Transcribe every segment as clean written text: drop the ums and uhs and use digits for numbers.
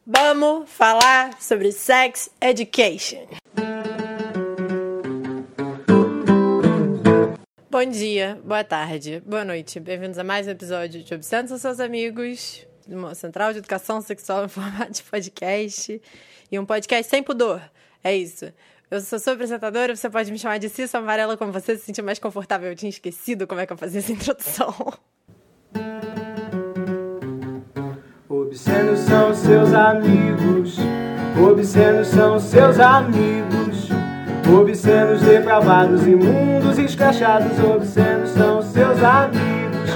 Vamos falar sobre Sex Education. Bom dia, boa tarde, boa noite. Bem-vindos a mais um episódio de Obscenos São Seus Amigos, de uma central de educação sexual em formato de podcast. E um podcast sem pudor. É isso. Eu sou sua apresentadora, você pode me chamar de Cissa Amarela como você se sentir mais confortável. Eu tinha esquecido como é que eu fazia essa introdução. Obscenos são seus amigos, obscenos são seus amigos, obscenos, depravados, imundos, escrachados, obscenos são seus amigos.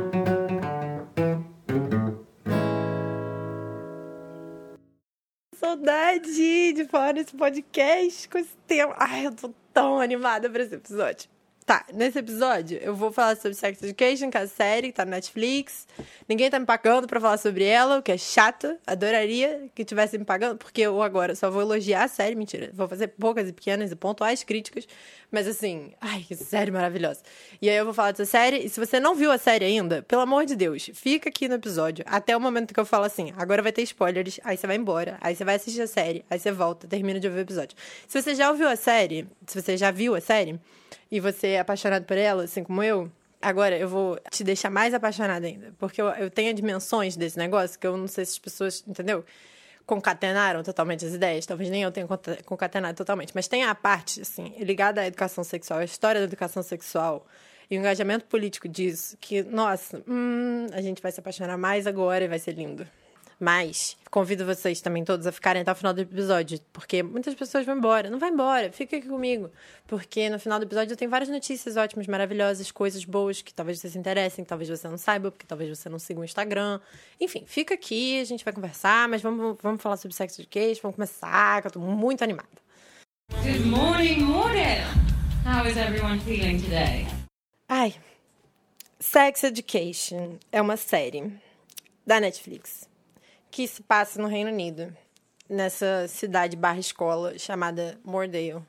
Saudade de falar nesse podcast com esse tema. Ai, eu tô tão animada pra esse episódio. Tá, nesse episódio eu vou falar sobre Sex Education, que é a série que tá na Netflix. Ninguém tá me pagando pra falar sobre ela, o que é chato. Adoraria que tivesse me pagando, porque eu agora só vou elogiar a série. Mentira, vou fazer poucas e pequenas e pontuais críticas. Mas assim, ai, que série maravilhosa. E aí eu vou falar dessa série. E se você não viu a série ainda, pelo amor de Deus, fica aqui no episódio até o momento que eu falo assim, agora vai ter spoilers, aí você vai embora, aí você vai assistir a série, aí você volta, termina de ouvir o episódio. Se você já ouviu a série, se você já viu a série e você é apaixonado por ela, assim como eu, agora eu vou te deixar mais apaixonada ainda. Porque eu tenho dimensões desse negócio que eu não sei se as pessoas, entendeu? Concatenaram totalmente as ideias. Talvez nem eu tenha concatenado totalmente. Mas tem a parte, assim, ligada à educação sexual, a história da educação sexual e o engajamento político disso, que, nossa, a gente vai se apaixonar mais agora e vai ser lindo. Mas convido vocês também todos a ficarem até o final do episódio, porque muitas pessoas vão embora. Não vai embora, fica aqui comigo. Porque no final do episódio eu tenho várias notícias ótimas, maravilhosas, coisas boas que talvez vocês se interessem, que talvez você não saiba, porque talvez você não siga o Instagram. Enfim, fica aqui, a gente vai conversar, mas vamos falar sobre Sex Education, vamos começar, que eu tô muito animada. Good morning, morning! How is everyone feeling today? Ai, Sex Education é uma série da Netflix que se passa no Reino Unido, nessa cidade barra escola chamada Moordale.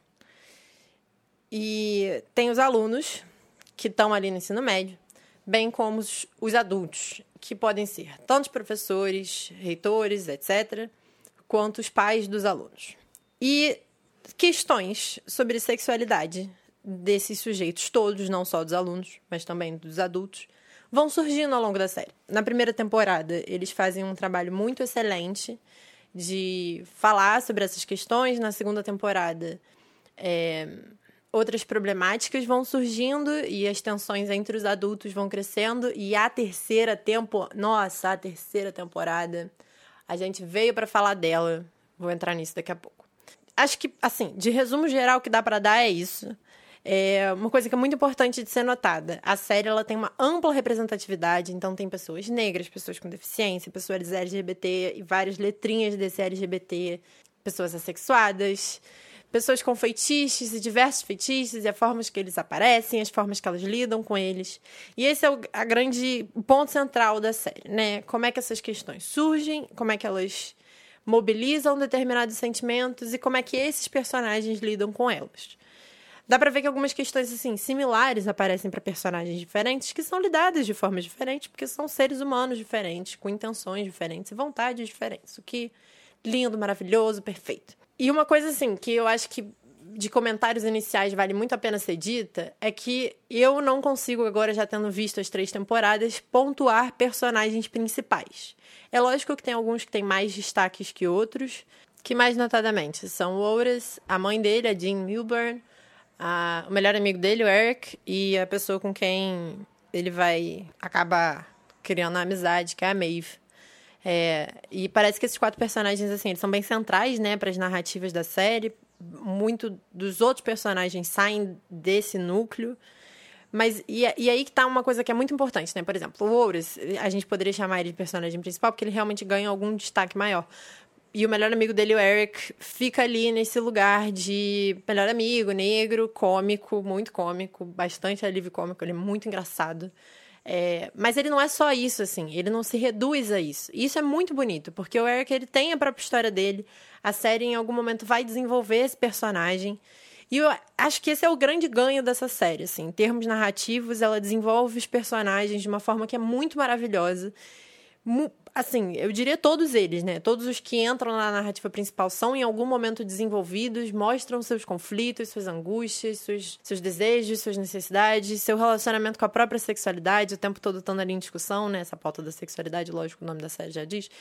E tem os alunos que estão ali no ensino médio, bem como os adultos, que podem ser tanto professores, reitores, etc., quanto os pais dos alunos. E questões sobre sexualidade desses sujeitos todos, não só dos alunos, mas também dos adultos, vão surgindo ao longo da série. Na primeira temporada, eles fazem um trabalho muito excelente de falar sobre essas questões. Na segunda temporada, outras problemáticas vão surgindo e as tensões entre os adultos vão crescendo. E a terceira temporada, a gente veio para falar dela. Vou entrar nisso daqui a pouco. Acho que, assim, de resumo geral, o que dá para dar é isso. É uma coisa que é muito importante de ser notada. A série ela tem uma ampla representatividade, então tem pessoas negras, pessoas com deficiência, pessoas LGBT e várias letrinhas desse LGBT, pessoas assexuadas, pessoas com feitiços e diversos feitiços e as formas que eles aparecem, as formas que elas lidam com eles. E esse é o ponto central da série, né? Como é que essas questões surgem, como é que elas mobilizam determinados sentimentos e como é que esses personagens lidam com elas. Dá pra ver que algumas questões, assim, similares aparecem para personagens diferentes, que são lidadas de formas diferentes, porque são seres humanos diferentes, com intenções diferentes e vontades diferentes. O que lindo, maravilhoso, perfeito. E uma coisa, assim, que eu acho que de comentários iniciais vale muito a pena ser dita, é que eu não consigo, agora já tendo visto as 3 temporadas, pontuar personagens principais. É lógico que tem alguns que têm mais destaques que outros, que mais notadamente são o Otis, a mãe dele, a Jean Milburn, o melhor amigo dele, o Eric, e a pessoa com quem ele vai acabar criando a amizade, que é a Maeve. E parece que esses 4 personagens, assim, eles são bem centrais, né, para as narrativas da série. Muito dos outros personagens saem desse núcleo. Mas, e aí que tá uma coisa que é muito importante, né? Por exemplo, o Otis, a gente poderia chamar ele de personagem principal, porque ele realmente ganha algum destaque maior. E o melhor amigo dele, o Eric, fica ali nesse lugar de melhor amigo, negro, cômico, muito cômico, bastante alívio cômico, ele é muito engraçado. Mas ele não é só isso, assim, ele não se reduz a isso. E isso é muito bonito, porque o Eric, ele tem a própria história dele, a série em algum momento vai desenvolver esse personagem. E eu acho que esse é o grande ganho dessa série, assim, em termos narrativos, ela desenvolve os personagens de uma forma que é muito maravilhosa. assim, eu diria todos eles, né? Todos os que entram na narrativa principal são em algum momento desenvolvidos, mostram seus conflitos, suas angústias, seus desejos, suas necessidades, seu relacionamento com a própria sexualidade, o tempo todo estando ali em discussão, né? Essa pauta da sexualidade, lógico, o nome da série já diz.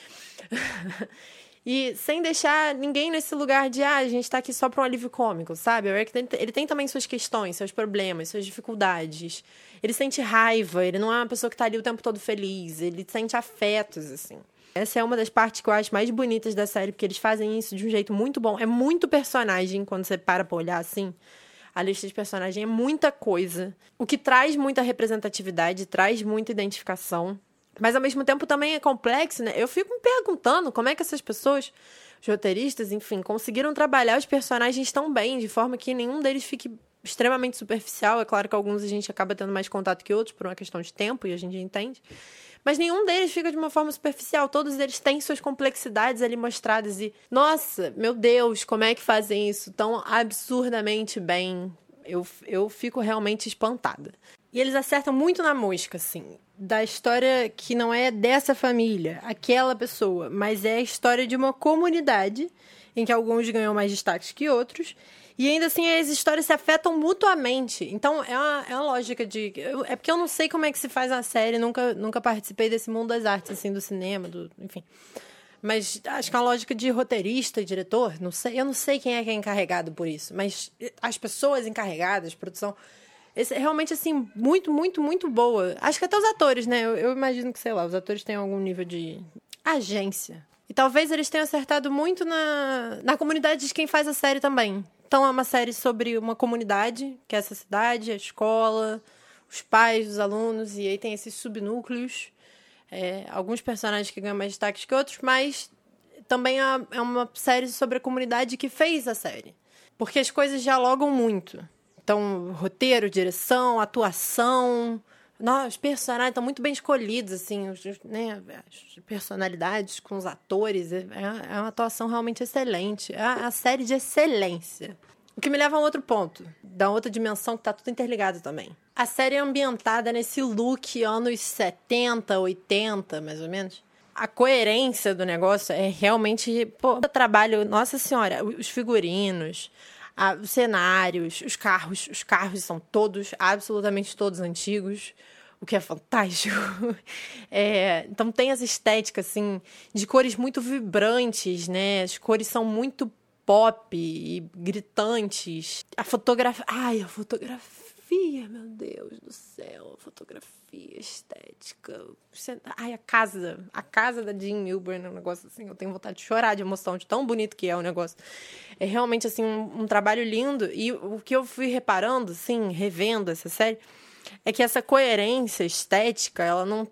E sem deixar ninguém nesse lugar de, a gente tá aqui só pra um alívio cômico, sabe? O Eric, ele tem também suas questões, seus problemas, suas dificuldades. Ele sente raiva, ele não é uma pessoa que tá ali o tempo todo feliz, ele sente afetos, assim. Essa é uma das partes que eu acho mais bonitas da série, porque eles fazem isso de um jeito muito bom. É muito personagem, quando você para pra olhar assim. A lista de personagem é muita coisa. O que traz muita representatividade, traz muita identificação. Mas, ao mesmo tempo, também é complexo, né? Eu fico me perguntando como é que essas pessoas, os roteiristas, enfim, conseguiram trabalhar os personagens tão bem, de forma que nenhum deles fique extremamente superficial. É claro que alguns a gente acaba tendo mais contato que outros por uma questão de tempo, e a gente entende. Mas nenhum deles fica de uma forma superficial. Todos eles têm suas complexidades ali mostradas. E, nossa, meu Deus, como é que fazem isso tão absurdamente bem? Eu fico realmente espantada. E eles acertam muito na mosca, assim, da história que não é dessa família, aquela pessoa, mas é a história de uma comunidade em que alguns ganham mais destaques que outros, e ainda assim as histórias se afetam mutuamente. Então é uma lógica de... É porque eu não sei como é que se faz uma série, nunca participei desse mundo das artes, assim, do cinema, enfim. Mas acho que é uma lógica de roteirista e diretor, não sei, eu não sei quem é encarregado por isso, mas as pessoas encarregadas, produção... Esse é realmente, assim, muito, muito, muito boa. Acho que até os atores, né? Eu imagino que, sei lá, os atores têm algum nível de agência. E talvez eles tenham acertado muito na comunidade de quem faz a série também. Então, é uma série sobre uma comunidade, que é essa cidade, a escola, os pais dos alunos, e aí tem esses subnúcleos. Alguns personagens que ganham mais destaques que outros, mas também é uma série sobre a comunidade que fez a série. Porque as coisas dialogam muito. Então, roteiro, direção, atuação... Os personagens estão muito bem escolhidos, assim, né? As personalidades com os atores. É uma atuação realmente excelente. É a série de excelência. O que me leva a um outro ponto, da outra dimensão que está tudo interligado também. A série é ambientada nesse look anos 70, 80, mais ou menos. A coerência do negócio é realmente... trabalho... Nossa Senhora, os figurinos... os cenários, os carros são todos, absolutamente todos antigos, o que é fantástico. Então tem essa estética, assim, de cores muito vibrantes, né? As cores são muito pop e gritantes. A fotografia, meu Deus do céu, a fotografia, estética. A casa da Jean Milburn é um negócio assim, eu tenho vontade de chorar de emoção, de tão bonito que é o negócio. É realmente, assim, um trabalho lindo. E o que eu fui reparando, assim, revendo essa série, é que essa coerência estética, ela não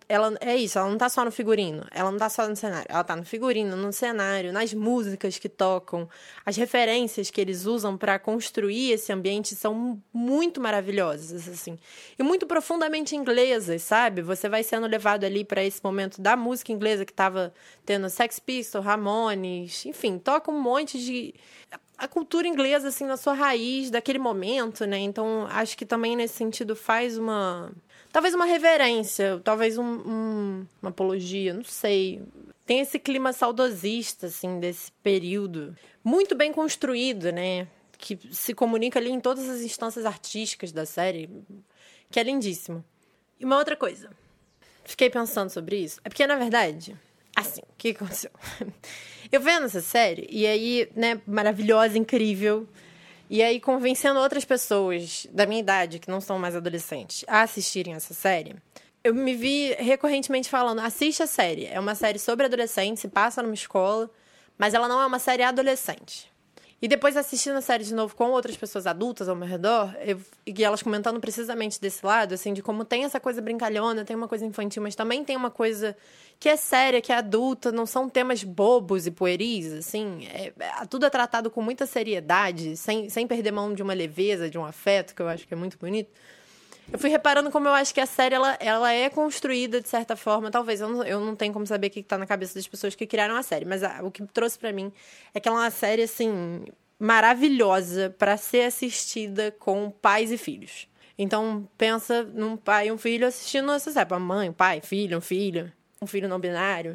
tá só no figurino, ela não tá só no cenário, ela tá no figurino, no cenário, nas músicas que tocam, as referências que eles usam para construir esse ambiente são muito maravilhosas, assim, e muito profundamente inglesas, sabe? Você vai sendo levado ali para esse momento da música inglesa que tava tendo Sex Pistols, Ramones, enfim, toca um monte de... a cultura inglesa, assim, na sua raiz daquele momento, né? Então, acho que também nesse sentido faz talvez uma reverência, talvez uma apologia, não sei. Tem esse clima saudosista, assim, desse período. Muito bem construído, né? Que se comunica ali em todas as instâncias artísticas da série, que é lindíssimo. E uma outra coisa. Fiquei pensando sobre isso. É porque, na verdade... Assim, o que aconteceu? Eu vendo essa série, e aí, né, maravilhosa, incrível, e aí convencendo outras pessoas da minha idade, que não são mais adolescentes, a assistirem essa série, eu me vi recorrentemente falando, assiste a série. É uma série sobre adolescentes, se passa numa escola, mas ela não é uma série adolescente. E depois assistindo a série de novo com outras pessoas adultas ao meu redor, e elas comentando precisamente desse lado, assim, de como tem essa coisa brincalhona, tem uma coisa infantil, mas também tem uma coisa que é séria, que é adulta, não são temas bobos e pueris, assim, tudo é tratado com muita seriedade, sem perder mão de uma leveza, de um afeto, que eu acho que é muito bonito. Eu fui reparando como eu acho que a série, ela é construída de certa forma, talvez, eu não tenho como saber o que está na cabeça das pessoas que criaram a série, mas o que trouxe pra mim é que ela é uma série, assim, maravilhosa para ser assistida com pais e filhos. Então, pensa num pai e um filho assistindo essa série, a mãe, o pai, filho, um filho não binário.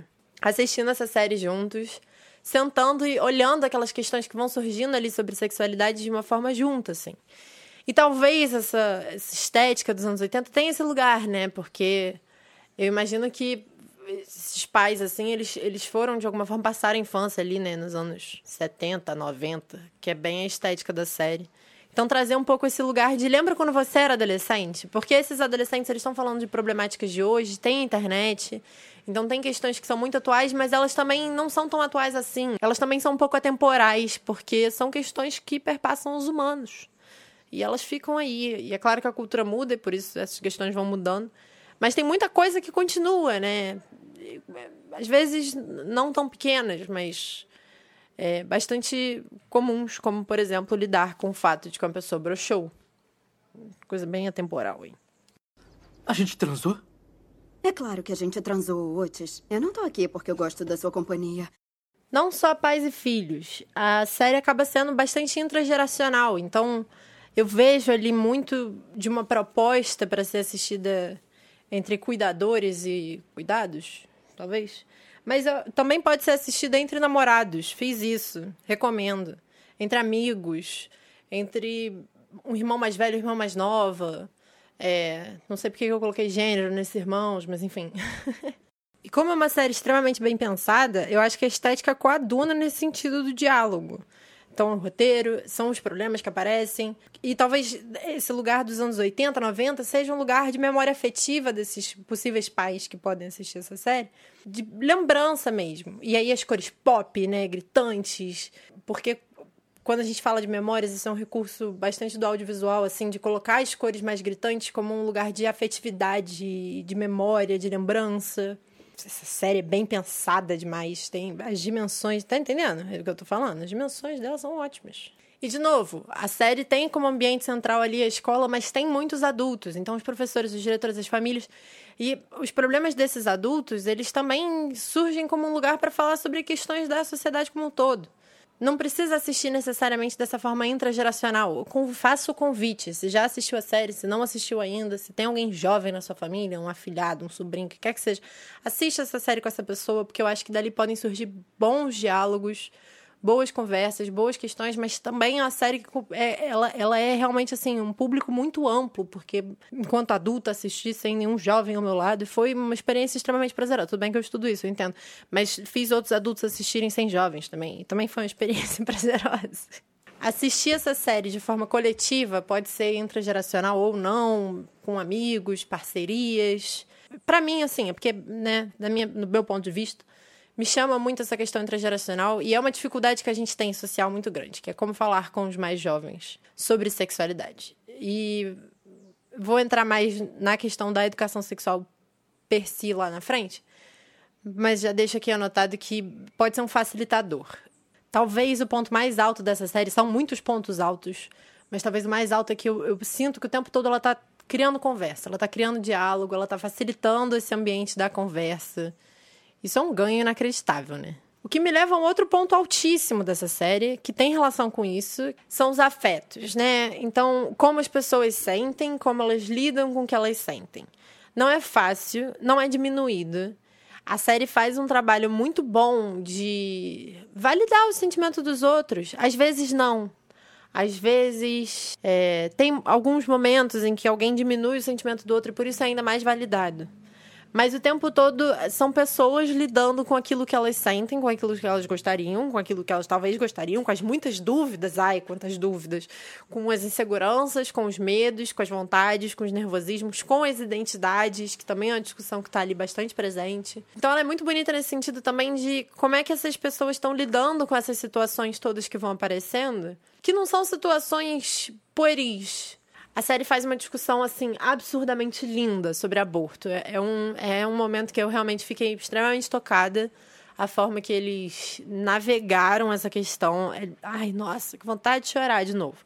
assistindo essa série juntos, sentando e olhando aquelas questões que vão surgindo ali sobre sexualidade de uma forma junta, assim. E talvez essa estética dos anos 80 tenha esse lugar, né? Porque eu imagino que esses pais, assim, eles foram, de alguma forma, passar a infância ali, né? Nos anos 70, 90, que é bem a estética da série. Então, trazer um pouco esse lugar de lembra quando você era adolescente? Porque esses adolescentes, eles estão falando de problemáticas de hoje, tem internet, então tem questões que são muito atuais, mas elas também não são tão atuais assim. Elas também são um pouco atemporais, porque são questões que perpassam os humanos. E elas ficam aí. E é claro que a cultura muda, e por isso essas questões vão mudando. Mas tem muita coisa que continua, né? Às vezes não tão pequenas, mas bastante comuns, como, por exemplo, lidar com o fato de que uma pessoa broxou. Coisa bem atemporal, hein? A gente transou? É claro que a gente transou, Otis. Eu não tô aqui porque eu gosto da sua companhia. Não só pais e filhos. A série acaba sendo bastante intrageracional. Então, eu vejo ali muito de uma proposta para ser assistida entre cuidadores e cuidados, talvez. Mas também pode ser assistida entre namorados. Fiz isso. Recomendo. Entre amigos. Entre um irmão mais velho e uma irmã mais nova. Não sei porque eu coloquei gênero nesses irmãos, mas enfim. E como é uma série extremamente bem pensada, eu acho que a estética coaduna nesse sentido do diálogo. Então, o roteiro, são os problemas que aparecem. E talvez esse lugar dos anos 80, 90 seja um lugar de memória afetiva desses possíveis pais que podem assistir essa série. De lembrança mesmo. E aí as cores pop, né, gritantes. Porque quando a gente fala de memórias, isso é um recurso bastante do audiovisual, assim, de colocar as cores mais gritantes como um lugar de afetividade, de memória, de lembrança. Essa série é bem pensada demais, tem as dimensões, tá entendendo o que eu tô falando? As dimensões dela são ótimas. E, de novo, a série tem como ambiente central ali a escola, mas tem muitos adultos, então os professores, os diretores, as famílias, e os problemas desses adultos, eles também surgem como um lugar para falar sobre questões da sociedade como um todo. Não precisa assistir necessariamente dessa forma intrageracional. Faça o convite. Se já assistiu a série, se não assistiu ainda, se tem alguém jovem na sua família, um afilhado, um sobrinho, o que quer que seja, assista essa série com essa pessoa, porque eu acho que dali podem surgir bons diálogos, boas conversas, boas questões, mas também é uma série que ela é realmente assim, um público muito amplo, porque enquanto adulta assisti sem nenhum jovem ao meu lado, e foi uma experiência extremamente prazerosa. Tudo bem que eu estudo isso, eu entendo, mas fiz outros adultos assistirem sem jovens também, e também foi uma experiência prazerosa. Assistir essa série de forma coletiva pode ser intrageracional ou não, com amigos, parcerias. Pra mim, assim, é porque, né, no meu ponto de vista, me chama muito essa questão intergeracional e é uma dificuldade que a gente tem social muito grande, que é como falar com os mais jovens sobre sexualidade. E vou entrar mais na questão da educação sexual per si lá na frente, mas já deixo aqui anotado que pode ser um facilitador. Talvez o ponto mais alto dessa série, são muitos pontos altos, mas talvez o mais alto é que eu sinto que o tempo todo ela está criando conversa, ela está criando diálogo, ela está facilitando esse ambiente da conversa. Isso é um ganho inacreditável, né? O que me leva a um outro ponto altíssimo dessa série, que tem relação com isso, são os afetos, né? Então, como as pessoas sentem, como elas lidam com o que elas sentem. Não é fácil, não é diminuído. A série faz um trabalho muito bom de validar o sentimento dos outros. Às vezes, não. Às vezes, tem alguns momentos em que alguém diminui o sentimento do outro e por isso é ainda mais validado. Mas o tempo todo são pessoas lidando com aquilo que elas sentem, com aquilo que elas gostariam, com aquilo que elas talvez gostariam, com as muitas dúvidas, ai, quantas dúvidas, com as inseguranças, com os medos, com as vontades, com os nervosismos, com as identidades, que também é uma discussão que está ali bastante presente. Então ela é muito bonita nesse sentido também de como é que essas pessoas estão lidando com essas situações todas que vão aparecendo, que não são situações pueris. A série faz uma discussão, assim, absurdamente linda sobre aborto. É um momento que eu realmente fiquei extremamente tocada. A forma que eles navegaram essa questão. Ai, nossa, que vontade de chorar de novo.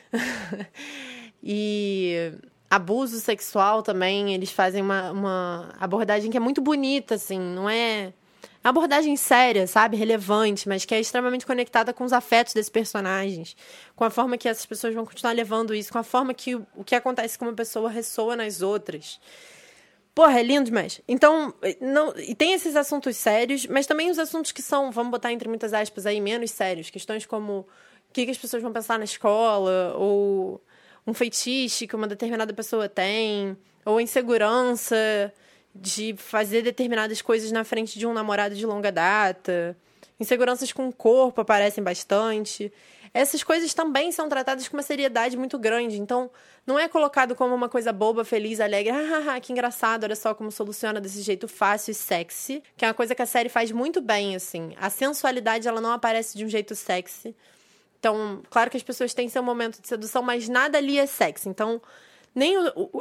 E abuso sexual também, eles fazem uma abordagem que é muito bonita, assim. Não é uma abordagem séria, sabe? Relevante, mas que é extremamente conectada com os afetos desses personagens, com a forma que essas pessoas vão continuar levando isso, com a forma que o que acontece com uma pessoa ressoa nas outras. Porra, é lindo demais. Então, e tem esses assuntos sérios, mas também os assuntos que são, vamos botar entre muitas aspas aí, menos sérios. Questões como o que as pessoas vão pensar na escola, ou um feitiço que uma determinada pessoa tem, ou insegurança de fazer determinadas coisas na frente de um namorado de longa data. Inseguranças com o corpo aparecem bastante. Essas coisas também são tratadas com uma seriedade muito grande. Então, não é colocado como uma coisa boba, feliz, alegre. Que engraçado, olha só como soluciona desse jeito fácil e sexy. Que é uma coisa que a série faz muito bem, assim. A sensualidade, ela não aparece de um jeito sexy. Então, claro que as pessoas têm seu momento de sedução, mas nada ali é sexy. Então, nem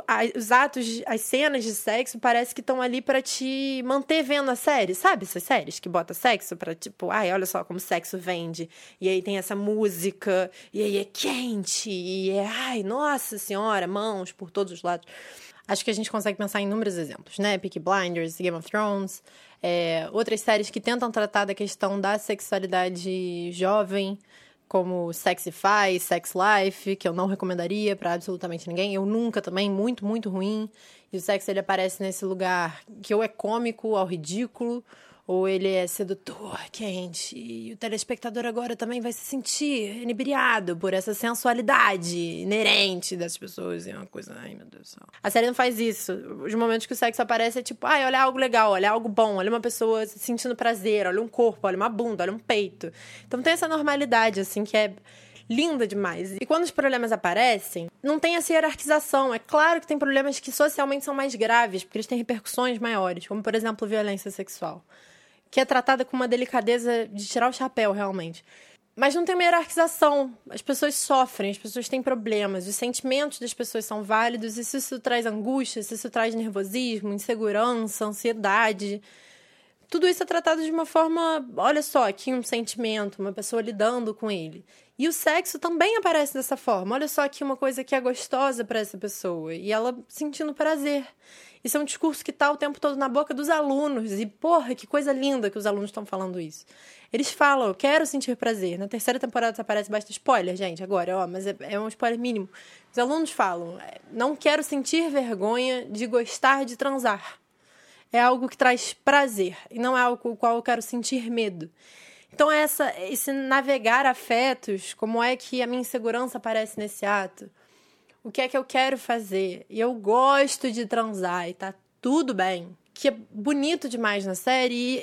os atos, as cenas de sexo parece que estão ali pra te manter vendo a série. Sabe essas séries que bota sexo pra, tipo, olha só como sexo vende. E aí tem essa música, e aí é quente, e nossa senhora, mãos por todos os lados. Acho que a gente consegue pensar em inúmeros exemplos, né? Peaky Blinders, Game of Thrones, outras séries que tentam tratar da questão da sexualidade jovem, como Sexify, Sex Life, que eu não recomendaria pra absolutamente ninguém. Eu nunca também, muito, muito ruim. E o sexo, ele aparece nesse lugar que ou é cômico ao ridículo, ou ele é sedutor, quente. E o telespectador agora também vai se sentir inebriado por essa sensualidade inerente dessas pessoas. É uma coisa, ai meu Deus do céu. A série não faz isso. Os momentos que o sexo aparece é tipo, olha algo legal, olha algo bom, olha uma pessoa se sentindo prazer, olha um corpo, olha uma bunda, olha um peito. Então tem essa normalidade, assim, que é linda demais. E quando os problemas aparecem, não tem essa hierarquização. É claro que tem problemas que socialmente são mais graves, porque eles têm repercussões maiores, como, por exemplo, violência sexual, que é tratada com uma delicadeza de tirar o chapéu, realmente. Mas não tem uma hierarquização. As pessoas sofrem, as pessoas têm problemas, os sentimentos das pessoas são válidos, e se isso traz angústia, se isso traz nervosismo, insegurança, ansiedade, tudo isso é tratado de uma forma, olha só, aqui um sentimento, uma pessoa lidando com ele. E o sexo também aparece dessa forma. Olha só aqui uma coisa que é gostosa para essa pessoa, e ela sentindo prazer. Isso é um discurso que tá o tempo todo na boca dos alunos. E, porra, que coisa linda que os alunos estão falando isso. Eles falam, eu quero sentir prazer. Na terceira temporada aparece bastante spoiler, gente, agora, mas é um spoiler mínimo. Os alunos falam, não quero sentir vergonha de gostar de transar. É algo que traz prazer, e não é algo com o qual eu quero sentir medo. Então, esse navegar afetos, como é que a minha insegurança aparece nesse ato? O que é que eu quero fazer? E eu gosto de transar e tá tudo bem. Que é bonito demais na série.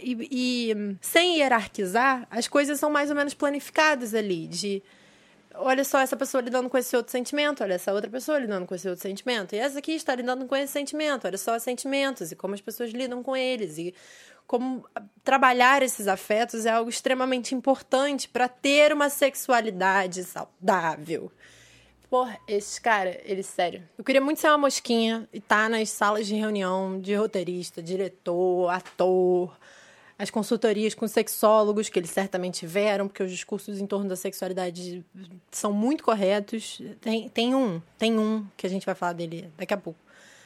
E sem hierarquizar, as coisas são mais ou menos planificadas ali. De, olha só essa pessoa lidando com esse outro sentimento, olha essa outra pessoa lidando com esse outro sentimento. E essa aqui está lidando com esse sentimento. Olha só os sentimentos e como as pessoas lidam com eles. E como trabalhar esses afetos é algo extremamente importante para ter uma sexualidade saudável. Porra, esses caras, eles, sério. Eu queria muito ser uma mosquinha e estar nas salas de reunião de roteirista, diretor, ator, as consultorias com sexólogos, que eles certamente tiveram, porque os discursos em torno da sexualidade são muito corretos. Tem um que a gente vai falar dele daqui a pouco.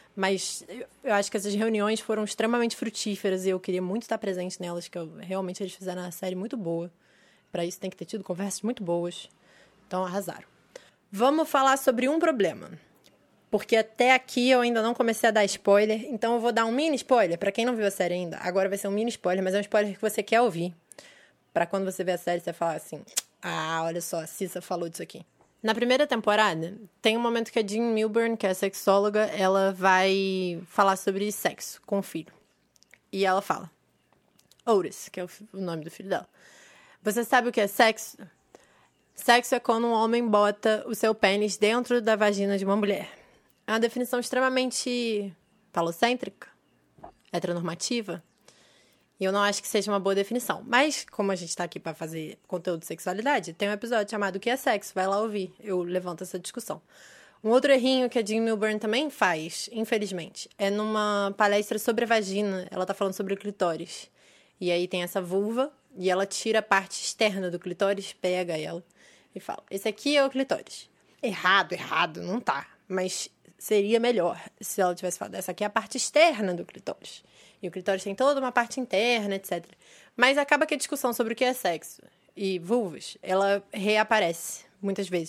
Mas eu acho que essas reuniões foram extremamente frutíferas e eu queria muito estar presente nelas, que realmente eles fizeram uma série muito boa. Para isso tem que ter tido conversas muito boas. Então arrasaram. Vamos falar sobre um problema, porque até aqui eu ainda não comecei a dar spoiler, então eu vou dar um mini spoiler, pra quem não viu a série ainda, agora vai ser um mini spoiler, mas é um spoiler que você quer ouvir, pra quando você ver a série você falar assim, olha só, a Cissa falou disso aqui. Na primeira temporada, tem um momento que a Jean Milburn, que é a sexóloga, ela vai falar sobre sexo com o filho, e ela fala, Otis, que é o nome do filho dela, você sabe o que é sexo? Sexo é quando um homem bota o seu pênis dentro da vagina de uma mulher. É uma definição extremamente falocêntrica, heteronormativa, e eu não acho que seja uma boa definição. Mas, como a gente tá aqui para fazer conteúdo de sexualidade, tem um episódio chamado O que é Sexo? Vai lá ouvir, eu levanto essa discussão. Um outro errinho que a Jean Milburn também faz, infelizmente, é numa palestra sobre a vagina, ela tá falando sobre o clitóris. E aí tem essa vulva, e ela tira a parte externa do clitóris, pega ela e fala, esse aqui é o clitóris. Errado, não tá. Mas seria melhor se ela tivesse falado, essa aqui é a parte externa do clitóris. E o clitóris tem toda uma parte interna, etc. Mas acaba que a discussão sobre o que é sexo e vulvas, ela reaparece muitas vezes.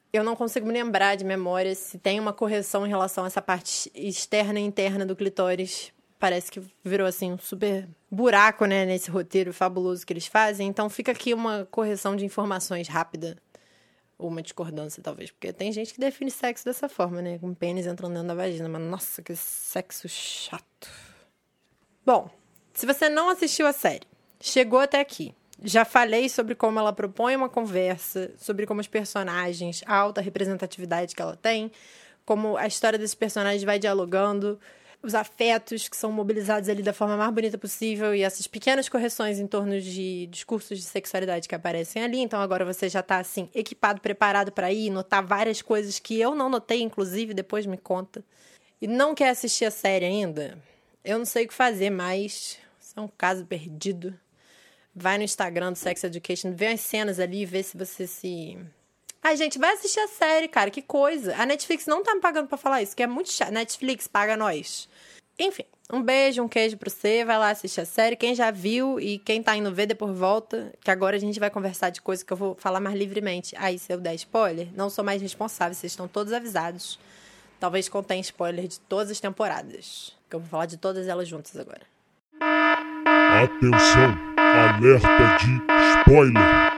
Eu não consigo me lembrar de memória se tem uma correção em relação a essa parte externa e interna do clitóris. Parece que virou, assim, um super buraco, né, nesse roteiro fabuloso que eles fazem. Então, fica aqui uma correção de informações rápida. Ou uma discordância, talvez. Porque tem gente que define sexo dessa forma, né? Com pênis entrando dentro da vagina. Mas, nossa, que sexo chato. Bom, se você não assistiu a série, chegou até aqui. Já falei sobre como ela propõe uma conversa, sobre como os personagens, a alta representatividade que ela tem, como a história desses personagens vai dialogando, os afetos que são mobilizados ali da forma mais bonita possível e essas pequenas correções em torno de discursos de sexualidade que aparecem ali. Então agora você já tá, assim, equipado, preparado para ir, notar várias coisas que eu não notei, inclusive, depois me conta. E não quer assistir a série ainda? Eu não sei o que fazer mais. Isso é um caso perdido. Vai no Instagram do Sex Education, vê as cenas ali, vê se você se... Ai, gente, vai assistir a série, cara, que coisa. A Netflix não tá me pagando pra falar isso, que é muito chato. Netflix, paga nós. Enfim, um beijo, um queijo pra você, vai lá assistir a série. Quem já viu e quem tá indo ver, depois volta, que agora a gente vai conversar de coisa que eu vou falar mais livremente. Aí, se eu der spoiler, não sou mais responsável, vocês estão todos avisados. Talvez contém spoiler de todas as temporadas, que eu vou falar de todas elas juntas agora. Atenção, alerta de spoiler.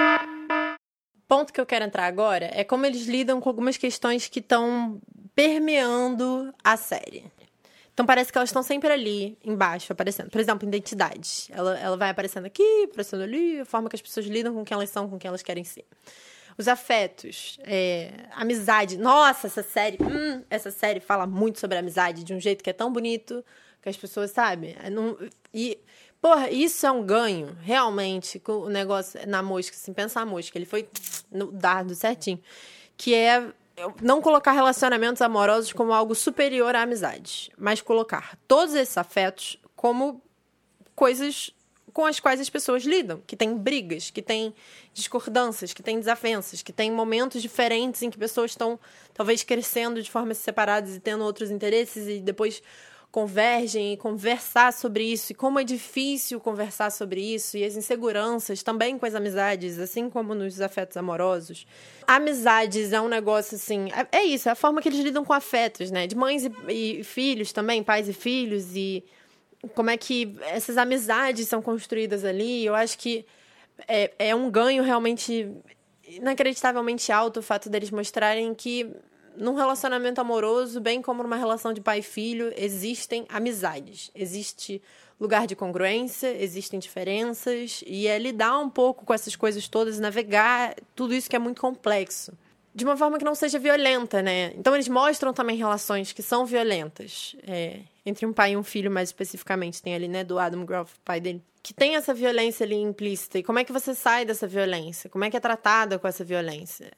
O ponto que eu quero entrar agora é como eles lidam com algumas questões que estão permeando a série. Então parece que elas estão sempre ali, embaixo, aparecendo. Por exemplo, identidade. Ela vai aparecendo aqui, aparecendo ali, a forma que as pessoas lidam com quem elas são, com quem elas querem ser. Os afetos, amizade. Nossa, essa série fala muito sobre amizade de um jeito que é tão bonito que as pessoas sabem. Porra, isso é um ganho, realmente, com o negócio na mosca, assim, pensa a mosca, ele foi no dardo certinho, que é não colocar relacionamentos amorosos como algo superior à amizade, mas colocar todos esses afetos como coisas com as quais as pessoas lidam, que tem brigas, que tem discordâncias, que tem desavenças, que tem momentos diferentes em que pessoas estão, talvez, crescendo de formas separadas e tendo outros interesses e depois convergem e conversar sobre isso, e como é difícil conversar sobre isso, e as inseguranças também com as amizades, assim como nos afetos amorosos. Amizades é um negócio, assim, é isso, é a forma que eles lidam com afetos, né? De mães e filhos também, pais e filhos, e como é que essas amizades são construídas ali. Eu acho que é um ganho realmente inacreditavelmente alto o fato deles mostrarem que num relacionamento amoroso, bem como numa relação de pai e filho, existem amizades. Existe lugar de congruência, existem diferenças, e é lidar um pouco com essas coisas todas, navegar tudo isso que é muito complexo. De uma forma que não seja violenta, né? Então, eles mostram também relações que são violentas. Entre um pai e um filho, mais especificamente, tem ali, né, do Adam Groff, pai dele, que tem essa violência ali implícita. E como é que você sai dessa violência? Como é que é tratada com essa violência?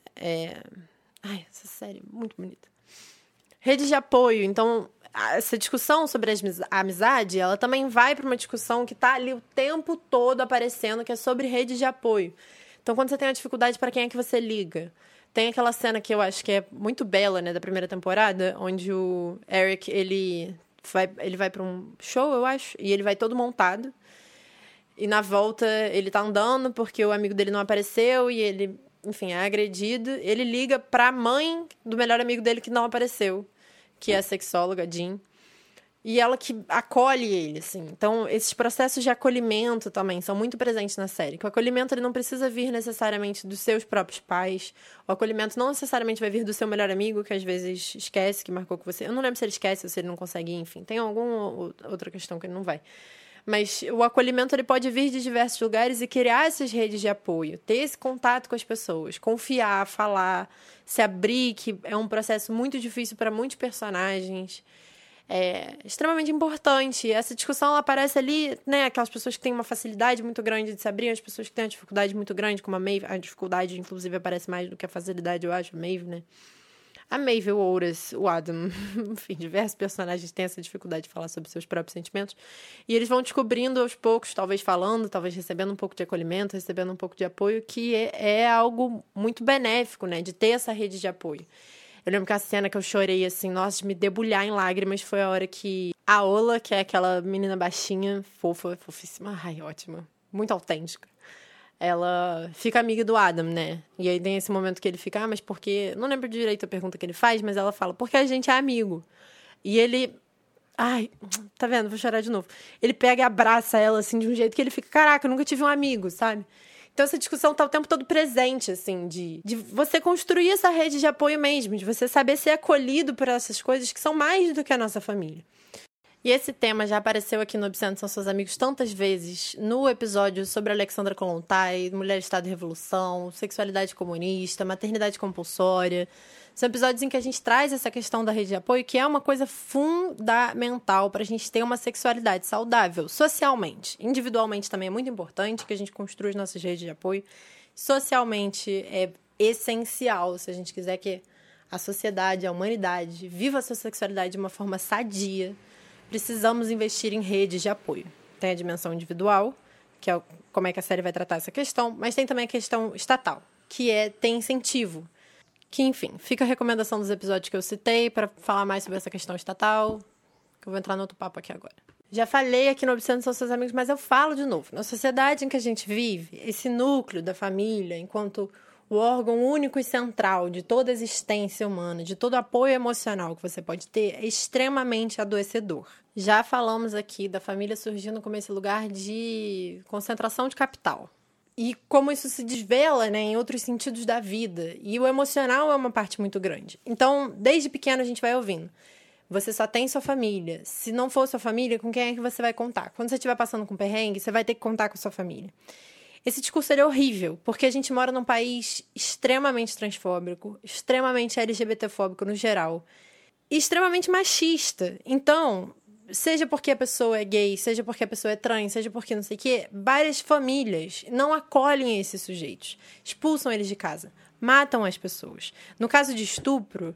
Ai, essa série é muito bonita. Rede de apoio. Então, essa discussão sobre a amizade, ela também vai para uma discussão que está ali o tempo todo aparecendo, que é sobre rede de apoio. Então, quando você tem uma dificuldade, para quem é que você liga? Tem aquela cena que eu acho que é muito bela, né, da primeira temporada, onde o Eric, ele vai para um show, eu acho, e ele vai todo montado. E na volta, ele tá andando porque o amigo dele não apareceu e ele, enfim, é agredido. Ele liga pra mãe do melhor amigo dele que não apareceu, que é a sexóloga, Jean. E ela que acolhe ele, assim. Então, esses processos de acolhimento também são muito presentes na série. Que o acolhimento ele não precisa vir necessariamente dos seus próprios pais. O acolhimento não necessariamente vai vir do seu melhor amigo, que às vezes esquece que marcou com você. Eu não lembro se ele esquece ou se ele não consegue ir, enfim. Tem alguma outra questão que ele não vai. Mas o acolhimento ele pode vir de diversos lugares e criar essas redes de apoio. Ter esse contato com as pessoas. Confiar, falar, se abrir, que é um processo muito difícil para muitos personagens. É extremamente importante. Essa discussão ela aparece ali, né? Aquelas pessoas que têm uma facilidade muito grande de se abrir, as pessoas que têm uma dificuldade muito grande, como a Maeve. A dificuldade, inclusive, aparece mais do que a facilidade, eu acho, a Maeve, né? A Maeve, o Ouras, o Adam, enfim, diversos personagens têm essa dificuldade de falar sobre seus próprios sentimentos. E eles vão descobrindo aos poucos, talvez falando, talvez recebendo um pouco de acolhimento, recebendo um pouco de apoio, que é algo muito benéfico, né? De ter essa rede de apoio. Eu lembro que a cena que eu chorei, assim, nossa, de me debulhar em lágrimas, foi a hora que a Ola, que é aquela menina baixinha, fofa, fofíssima, ai, ótima, muito autêntica. ela fica amiga do Adam, né? E aí tem esse momento que ele fica, mas porque... Não lembro direito a pergunta que ele faz, mas ela fala, porque a gente é amigo. E ele... Ai, tá vendo? Vou chorar de novo. Ele pega e abraça ela, assim, de um jeito que ele fica, caraca, eu nunca tive um amigo, sabe? Então essa discussão tá o tempo todo presente, assim, de você construir essa rede de apoio mesmo, de você saber ser acolhido por essas coisas que são mais do que a nossa família. E esse tema já apareceu aqui no Obscenos São Seus Amigos tantas vezes, no episódio sobre Alexandra Kollontai, Mulher, Estado e Revolução, sexualidade comunista, maternidade compulsória. São episódios em que a gente traz essa questão da rede de apoio, que é uma coisa fundamental para a gente ter uma sexualidade saudável, socialmente. Individualmente também é muito importante que a gente construa as nossas redes de apoio. Socialmente é essencial, se a gente quiser que a sociedade, a humanidade, viva a sua sexualidade de uma forma sadia. Precisamos investir em redes de apoio. Tem a dimensão individual, que é como é que a série vai tratar essa questão, mas tem também a questão estatal, que é ter incentivo. Que, enfim, fica a recomendação dos episódios que eu citei para falar mais sobre essa questão estatal, que eu vou entrar no outro papo aqui agora. Já falei aqui no Obscenos São Seus Amigos, mas eu falo de novo. Na sociedade em que a gente vive, esse núcleo da família, enquanto o órgão único e central de toda a existência humana, de todo o apoio emocional que você pode ter, é extremamente adoecedor. Já falamos aqui da família surgindo como esse lugar de concentração de capital. E como isso se desvela, né, em outros sentidos da vida. E o emocional é uma parte muito grande. Então, desde pequeno a gente vai ouvindo. Você só tem sua família. Se não for sua família, com quem é que você vai contar? Quando você estiver passando com perrengue, você vai ter que contar com a sua família. Esse discurso é horrível, porque a gente mora num país extremamente transfóbico, extremamente LGBTfóbico no geral, e extremamente machista. Então, seja porque a pessoa é gay, seja porque a pessoa é trans, seja porque não sei o quê, várias famílias não acolhem esses sujeitos, expulsam eles de casa, matam as pessoas. No caso de estupro,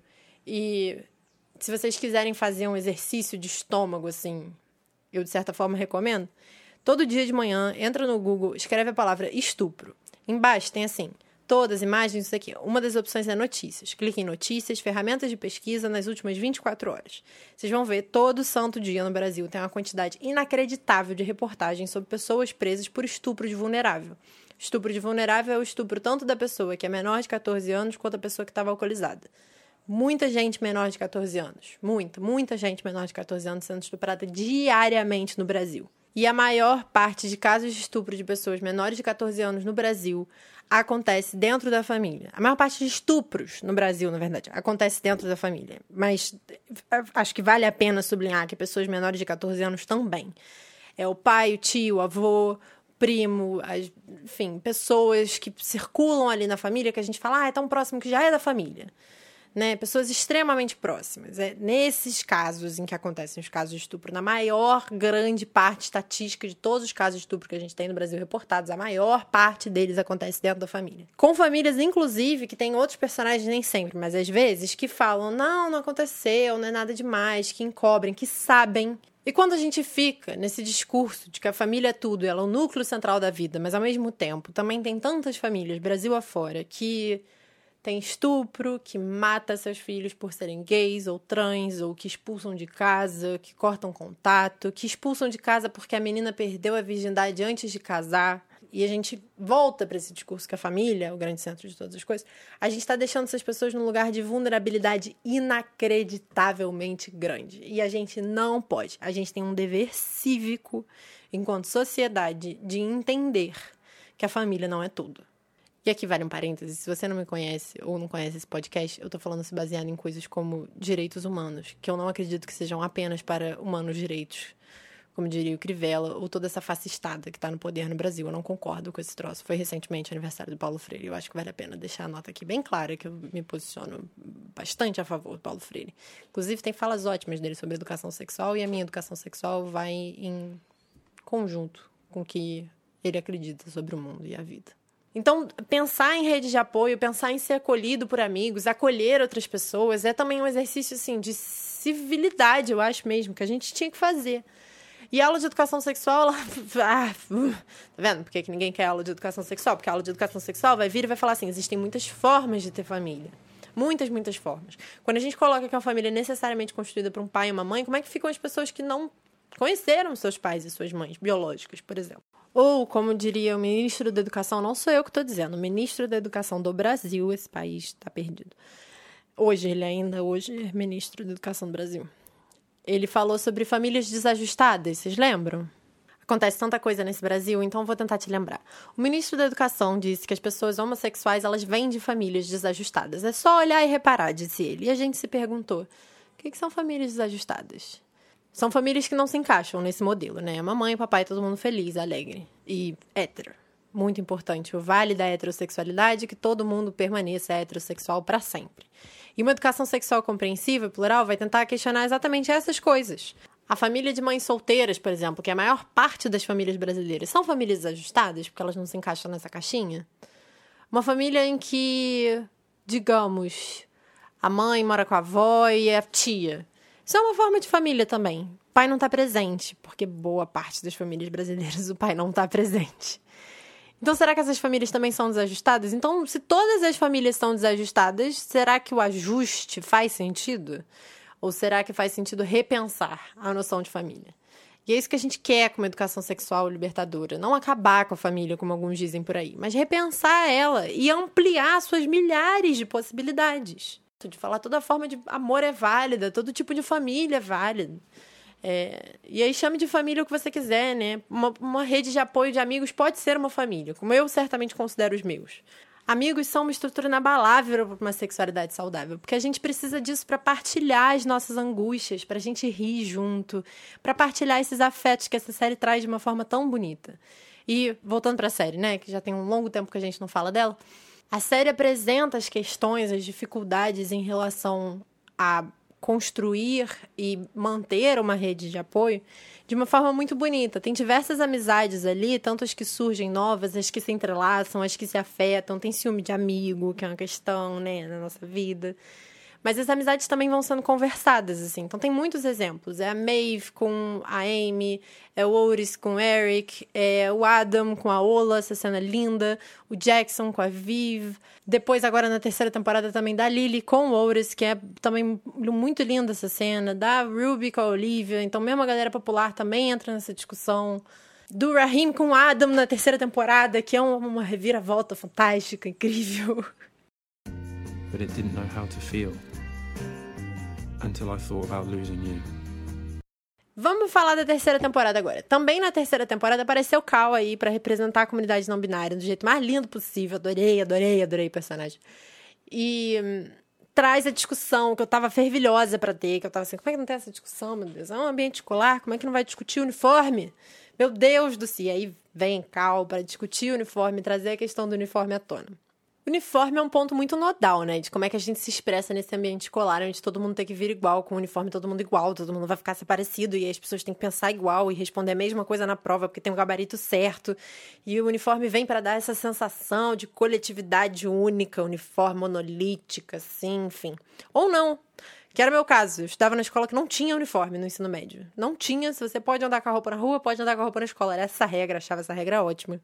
e se vocês quiserem fazer um exercício de estômago, assim, eu de certa forma recomendo, todo dia de manhã, entra no Google, escreve a palavra estupro. Embaixo tem assim, todas as imagens, isso aqui. Uma das opções é notícias. Clique em notícias, ferramentas de pesquisa nas últimas 24 horas. Vocês vão ver, todo santo dia no Brasil tem uma quantidade inacreditável de reportagens sobre pessoas presas por estupro de vulnerável. Estupro de vulnerável é o estupro tanto da pessoa que é menor de 14 anos quanto da pessoa que estava alcoolizada. Muita gente menor de 14 anos. Muita gente menor de 14 anos sendo estuprada diariamente no Brasil. E a maior parte de casos de estupro de pessoas menores de 14 anos no Brasil acontece dentro da família. A maior parte de estupros no Brasil, na verdade, acontece dentro da família. Mas acho que vale a pena sublinhar que pessoas menores de 14 anos também. É o pai, o tio, o avô, primo, enfim, pessoas que circulam ali na família que a gente fala, é tão próximo que já é da família. Né, pessoas extremamente próximas. É nesses casos em que acontecem os casos de estupro, na maior grande parte estatística de todos os casos de estupro que a gente tem no Brasil reportados, a maior parte deles acontece dentro da família. Com famílias, inclusive, que tem outros personagens, nem sempre, mas às vezes, que falam, não aconteceu, não é nada demais, que encobrem, que sabem. E quando a gente fica nesse discurso de que a família é tudo, ela é o núcleo central da vida, mas ao mesmo tempo também tem tantas famílias, Brasil afora, que tem estupro, que mata seus filhos por serem gays ou trans, ou que expulsam de casa, que cortam contato, que expulsam de casa porque a menina perdeu a virgindade antes de casar. E a gente volta para esse discurso que a família é o grande centro de todas as coisas. A gente está deixando essas pessoas num lugar de vulnerabilidade inacreditavelmente grande. E a gente não pode. A gente tem um dever cívico, enquanto sociedade, de entender que a família não é tudo. E aqui vale um parênteses, se você não me conhece ou não conhece esse podcast, eu tô falando se baseado em coisas como direitos humanos, que eu não acredito que sejam apenas para humanos direitos, como diria o Crivella, ou toda essa fascistada que tá no poder no Brasil. Eu não concordo com esse troço. Foi recentemente o aniversário do Paulo Freire. Eu acho que vale a pena deixar a nota aqui bem clara, que eu me posiciono bastante a favor do Paulo Freire. Inclusive, tem falas ótimas dele sobre educação sexual, e a minha educação sexual vai em conjunto com o que ele acredita sobre o mundo e a vida. Então, pensar em rede de apoio, pensar em ser acolhido por amigos, acolher outras pessoas, é também um exercício, assim, de civilidade, eu acho mesmo, que a gente tinha que fazer. E a aula de educação sexual, tá vendo? Por que ninguém quer aula de educação sexual? Porque a aula de educação sexual vai vir e vai falar assim, existem muitas formas de ter família. Muitas formas. Quando a gente coloca que uma família é necessariamente constituída por um pai e uma mãe, como é que ficam as pessoas que não conheceram seus pais e suas mães biológicas, por exemplo? Ou, como diria o ministro da Educação, não sou eu que estou dizendo, o ministro da Educação do Brasil, esse país está perdido. Hoje é ministro da Educação do Brasil. Ele falou sobre famílias desajustadas, vocês lembram? Acontece tanta coisa nesse Brasil, então vou tentar te lembrar. O ministro da Educação disse que as pessoas homossexuais, elas vêm de famílias desajustadas. É só olhar e reparar, disse ele. E a gente se perguntou, o que são famílias desajustadas? São famílias que não se encaixam nesse modelo, né? Mamãe, papai, todo mundo feliz, alegre. E hétero. Muito importante. O vale da heterossexualidade, que todo mundo permaneça heterossexual para sempre. E uma educação sexual compreensiva, plural, vai tentar questionar exatamente essas coisas. A família de mães solteiras, por exemplo, que é a maior parte das famílias brasileiras, são famílias desajustadas, porque elas não se encaixam nessa caixinha? Uma família em que, digamos, a mãe mora com a avó e a tia. Isso é uma forma de família também. O pai não está presente, porque boa parte das famílias brasileiras o pai não está presente. Então, será que essas famílias também são desajustadas? Então, se todas as famílias são desajustadas, será que o ajuste faz sentido? Ou será que faz sentido repensar a noção de família? E é isso que a gente quer com uma educação sexual libertadora. Não acabar com a família, como alguns dizem por aí, mas repensar ela e ampliar suas milhares de possibilidades. De falar toda forma de amor é válida, todo tipo de família é válido. E aí chame de família o que você quiser, né? Uma rede de apoio de amigos pode ser uma família, como eu certamente considero os meus. Amigos são uma estrutura inabalável para uma sexualidade saudável, porque a gente precisa disso para partilhar as nossas angústias, para a gente rir junto, para partilhar esses afetos que essa série traz de uma forma tão bonita. E, voltando para a série, né, que já tem um longo tempo que a gente não fala dela, a série apresenta as questões, as dificuldades em relação a construir e manter uma rede de apoio de uma forma muito bonita. Tem diversas amizades ali, tanto as que surgem novas, as que se entrelaçam, as que se afetam. Tem ciúme de amigo, que é uma questão, né, na nossa vida. Mas as amizades também vão sendo conversadas, assim. Então, tem muitos exemplos. É a Maeve com a Amy, é o Otis com o Eric, é o Adam com a Ola, essa cena linda, o Jackson com a Viv. Depois, agora na terceira temporada, também da Lily com o Otis, que é também muito linda essa cena. Da Ruby com a Olivia. Então, mesmo a galera popular também entra nessa discussão. Do Raheem com o Adam na terceira temporada, que é uma reviravolta fantástica, incrível. But it didn't know how to feel until I thought about losing you. Vamos falar da terceira temporada agora. Também na terceira temporada apareceu Cal aí pra representar a comunidade não binária do jeito mais lindo possível. Adorei o personagem. E traz a discussão que eu tava fervilhosa pra ter, que eu tava assim, como é que não tem essa discussão, meu Deus? É um ambiente escolar, como é que não vai discutir o uniforme? Meu Deus do céu. E aí vem Cal pra discutir o uniforme, trazer a questão do uniforme à tona. O uniforme é um ponto muito nodal, né? De como é que a gente se expressa nesse ambiente escolar, onde todo mundo tem que vir igual, com o uniforme todo mundo igual, todo mundo vai ficar se parecido, e as pessoas têm que pensar igual e responder a mesma coisa na prova, porque tem um gabarito certo. E o uniforme vem para dar essa sensação de coletividade única, uniforme monolítica, assim, enfim. Ou não. Que era o meu caso. Eu estudava na escola que não tinha uniforme no ensino médio. Não tinha. Se você pode andar com a roupa na rua, pode andar com a roupa na escola. Era essa a regra, achava essa regra ótima.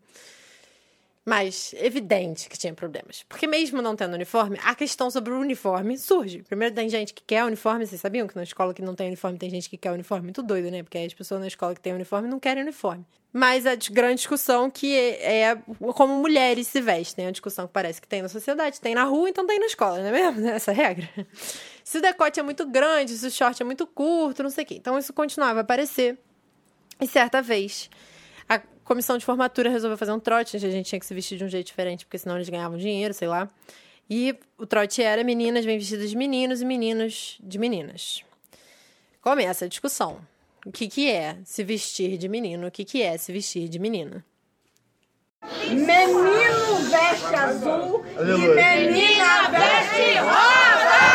Mas evidente que tinha problemas. Porque mesmo não tendo uniforme, a questão sobre o uniforme surge. Primeiro tem gente que quer uniforme. Vocês sabiam que na escola que não tem uniforme tem gente que quer uniforme? Muito doido, né? Porque as pessoas na escola que tem uniforme não querem uniforme. Mas a grande discussão que é como mulheres se vestem. A discussão que parece que tem na sociedade. Tem na rua, então tem na escola, não é mesmo? Essa regra. Se o decote é muito grande, se o short é muito curto, não sei o quê. Então isso continuava a aparecer. E certa vez, a comissão de formatura resolveu fazer um trote. A gente tinha que se vestir de um jeito diferente, porque senão eles ganhavam dinheiro, sei lá. E o trote era meninas bem vestidas de meninos e meninos de meninas. Começa a discussão. O que é se vestir de menino? O que é se vestir de menina? Menino veste azul e menina veste rosa!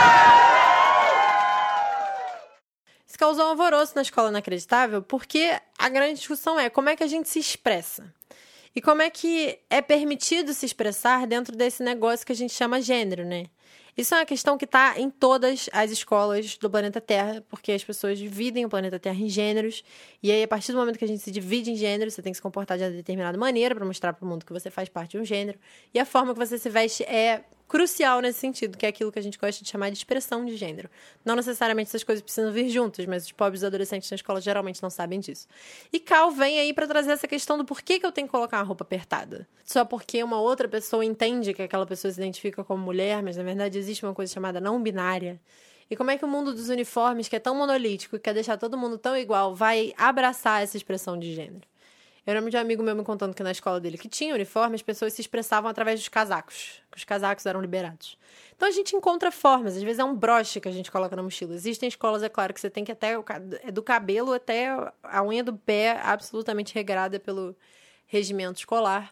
Isso causou um alvoroço na escola inacreditável, porque a grande discussão é como é que a gente se expressa. E como é que é permitido se expressar dentro desse negócio que a gente chama gênero, né? Isso é uma questão que está em todas as escolas do planeta Terra, porque as pessoas dividem o planeta Terra em gêneros, e aí, a partir do momento que a gente se divide em gêneros, você tem que se comportar de uma determinada maneira para mostrar para o mundo que você faz parte de um gênero, e a forma que você se veste é crucial nesse sentido, que é aquilo que a gente gosta de chamar de expressão de gênero. Não necessariamente essas coisas precisam vir juntas, mas os pobres adolescentes na escola geralmente não sabem disso. E Cal vem aí para trazer essa questão do porquê que eu tenho que colocar uma roupa apertada. Só porque uma outra pessoa entende que aquela pessoa se identifica como mulher, mas na verdade existe uma coisa chamada não binária. E como é que o mundo dos uniformes, que é tão monolítico e quer deixar todo mundo tão igual, vai abraçar essa expressão de gênero? Eu lembro de um amigo meu me contando que na escola dele, que tinha uniforme, as pessoas se expressavam através dos casacos. Que os casacos eram liberados. Então a gente encontra formas. Às vezes é um broche que a gente coloca na mochila. Existem escolas, é claro, que você tem que até do cabelo até a unha do pé absolutamente regrada pelo regimento escolar.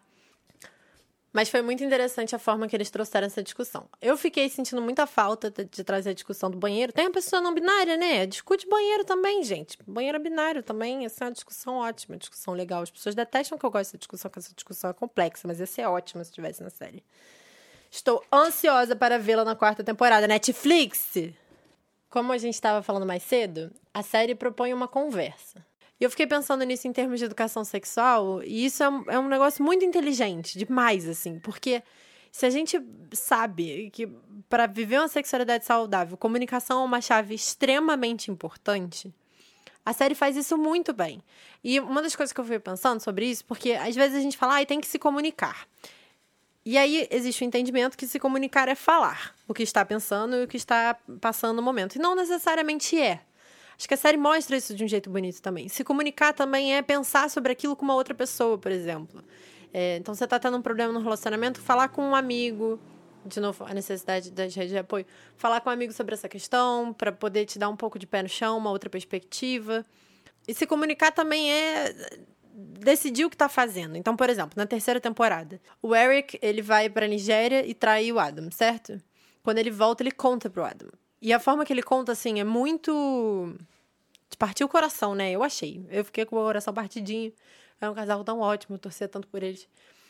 Mas foi muito interessante a forma que eles trouxeram essa discussão. Eu fiquei sentindo muita falta de trazer a discussão do banheiro. Tem a pessoa não binária, né? Discute banheiro também, gente. Banheiro binário também, essa é uma discussão ótima, uma discussão legal. As pessoas detestam que eu gosto dessa discussão, que essa discussão é complexa, mas ia ser ótima se estivesse na série. Estou ansiosa para vê-la na 4ª temporada. Netflix! Como a gente estava falando mais cedo, a série propõe uma conversa. E eu fiquei pensando nisso em termos de educação sexual, e isso é um negócio muito inteligente, demais, assim, porque se a gente sabe que para viver uma sexualidade saudável, comunicação é uma chave extremamente importante, a série faz isso muito bem. E uma das coisas que eu fui pensando sobre isso, porque às vezes a gente fala, tem que se comunicar. E aí existe o entendimento que se comunicar é falar o que está pensando e o que está passando no momento. E não necessariamente é. Acho que a série mostra isso de um jeito bonito também. Se comunicar também é pensar sobre aquilo com uma outra pessoa, por exemplo. Então, você está tendo um problema no relacionamento, falar com um amigo, de novo, a necessidade das redes de apoio, falar com um amigo sobre essa questão, para poder te dar um pouco de pé no chão, uma outra perspectiva. E se comunicar também é decidir o que está fazendo. Então, por exemplo, na 3ª temporada, o Eric, ele vai para a Nigéria e trai o Adam, certo? Quando ele volta, ele conta pro Adam. E a forma que ele conta, assim, é muito de partir o coração, né? Eu achei. Eu fiquei com o coração partidinho. É um casal tão ótimo, eu torcia tanto por eles.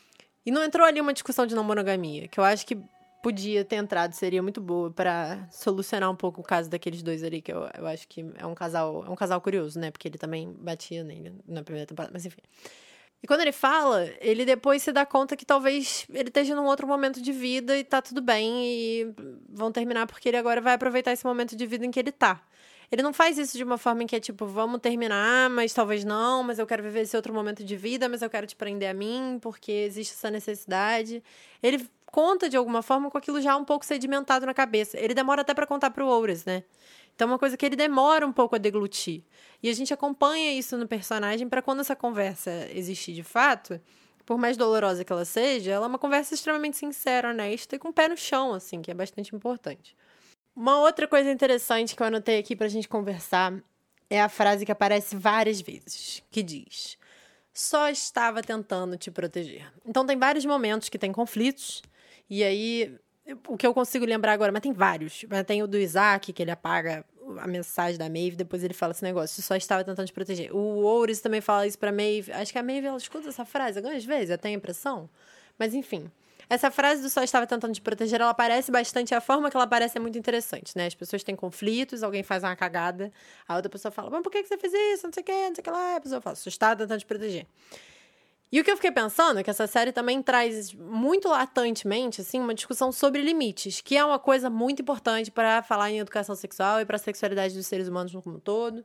E não entrou ali uma discussão de não monogamia, que eu acho que podia ter entrado, seria muito boa para solucionar um pouco o caso daqueles dois ali, que eu acho que é um casal curioso, né? Porque ele também batia nele na primeira temporada, mas enfim. E quando ele fala, ele depois se dá conta que talvez ele esteja num outro momento de vida e tá tudo bem e vão terminar porque ele agora vai aproveitar esse momento de vida em que ele tá. Ele não faz isso de uma forma em que é tipo, vamos terminar, mas talvez não, mas eu quero viver esse outro momento de vida, mas eu quero te prender a mim porque existe essa necessidade. Ele conta de alguma forma com aquilo já um pouco sedimentado na cabeça. Ele demora até pra contar pro Ouras, né? Então é uma coisa que ele demora um pouco a deglutir. E a gente acompanha isso no personagem para quando essa conversa existir de fato, por mais dolorosa que ela seja, ela é uma conversa extremamente sincera, honesta e com o pé no chão, assim, que é bastante importante. Uma outra coisa interessante que eu anotei aqui pra gente conversar é a frase que aparece várias vezes, que diz: só estava tentando te proteger. Então tem vários momentos que tem conflitos, e aí o que eu consigo lembrar agora, mas tem vários. Tem o do Isaac, que ele apaga a mensagem da Maeve, depois ele fala esse negócio, só estava tentando te proteger. O Ouras também fala isso pra Maeve. Acho que a Maeve, ela escuta essa frase algumas vezes, eu tenho a impressão. Mas enfim, essa frase do só estava tentando te proteger, ela aparece bastante, a forma que ela aparece é muito interessante, né? As pessoas têm conflitos, alguém faz uma cagada, a outra pessoa fala, mas por que você fez isso? Não sei o que, não sei o que lá. A pessoa fala, só estava tentando te proteger. E o que eu fiquei pensando é que essa série também traz muito latentemente, assim, uma discussão sobre limites, que é uma coisa muito importante para falar em educação sexual e para a sexualidade dos seres humanos como um todo.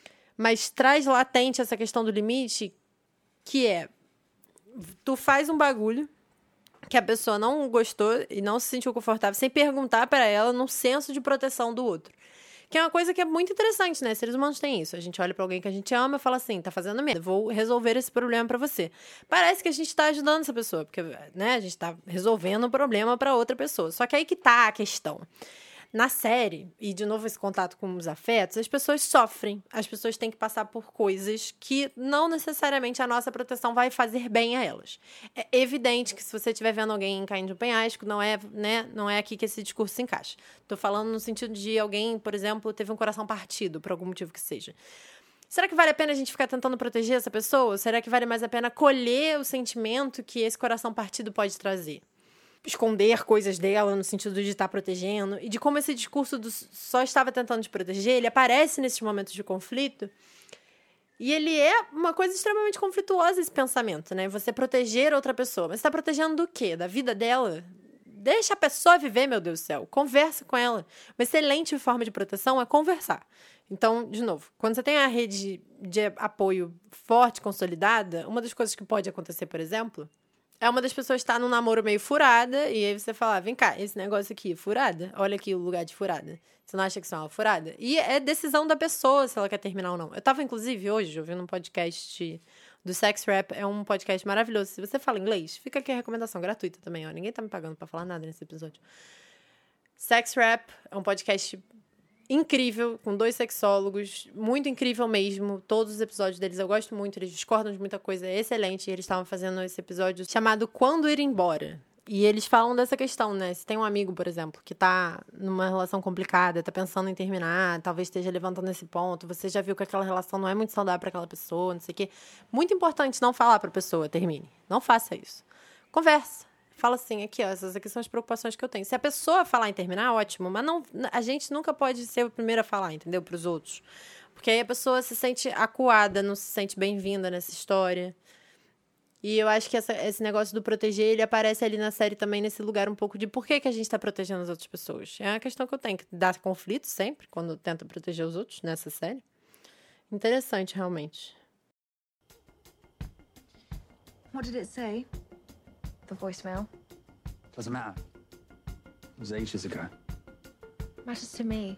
Mas traz latente essa questão do limite, que é, tu faz um bagulho que a pessoa não gostou e não se sentiu confortável, sem perguntar para ela, num senso de proteção do outro. Que é uma coisa que é muito interessante, né? Seres humanos têm isso. A gente olha pra alguém que a gente ama e fala assim, tá fazendo merda, vou resolver esse problema pra você. Parece que a gente tá ajudando essa pessoa, porque, né, a gente tá resolvendo um problema pra outra pessoa. Só que aí que tá a questão. Na série, e de novo esse contato com os afetos, as pessoas sofrem. As pessoas têm que passar por coisas que não necessariamente a nossa proteção vai fazer bem a elas. É evidente que se você estiver vendo alguém caindo de um penhasco, não é aqui que esse discurso se encaixa. Estou falando no sentido de alguém, por exemplo, teve um coração partido, por algum motivo que seja. Será que vale a pena a gente ficar tentando proteger essa pessoa? Será que vale mais a pena colher o sentimento que esse coração partido pode trazer? Esconder coisas dela no sentido de estar protegendo e de como esse discurso do só estava tentando te proteger, ele aparece nesses momentos de conflito e ele é uma coisa extremamente conflituosa esse pensamento, né? Você proteger outra pessoa, mas você está protegendo do quê? Da vida dela? Deixa a pessoa viver, meu Deus do céu. Conversa com ela. Uma excelente forma de proteção é conversar. Então, de novo, quando você tem a rede de apoio forte, consolidada, uma das coisas que pode acontecer, por exemplo, é uma das pessoas estar num namoro meio furada, e aí você fala, vem cá, esse negócio aqui, furada? Olha aqui o lugar de furada. Você não acha que isso é uma furada? E é decisão da pessoa se ela quer terminar ou não. Eu tava, inclusive, hoje, ouvindo um podcast do Sex Rap, é um podcast maravilhoso. Se você fala inglês, fica aqui a recomendação gratuita também, ó. Ninguém tá me pagando pra falar nada nesse episódio. Sex Rap é um podcast incrível, com 2 sexólogos, muito incrível mesmo. Todos os episódios deles eu gosto muito, eles discordam de muita coisa, é excelente. E eles estavam fazendo esse episódio chamado Quando Ir Embora. E eles falam dessa questão, né? Se tem um amigo, por exemplo, que tá numa relação complicada, tá pensando em terminar, talvez esteja levantando esse ponto, você já viu que aquela relação não é muito saudável pra aquela pessoa, não sei o quê. Muito importante não falar pra pessoa, termine. Não faça isso. Conversa. Fala assim, aqui, ó, essas aqui são as preocupações que eu tenho. Se a pessoa falar em terminar, ótimo, mas não, a gente nunca pode ser o primeiro a falar, entendeu? Pros outros. Porque aí a pessoa se sente acuada, não se sente bem-vinda nessa história. E eu acho que esse negócio do proteger, ele aparece ali na série também, nesse lugar um pouco de por que a gente tá protegendo as outras pessoas. É uma questão que eu tenho, que dá conflito sempre, quando tenta proteger os outros nessa série. Interessante, realmente. What did it say? The voicemail? Doesn't matter. It was ages ago. Matters to me.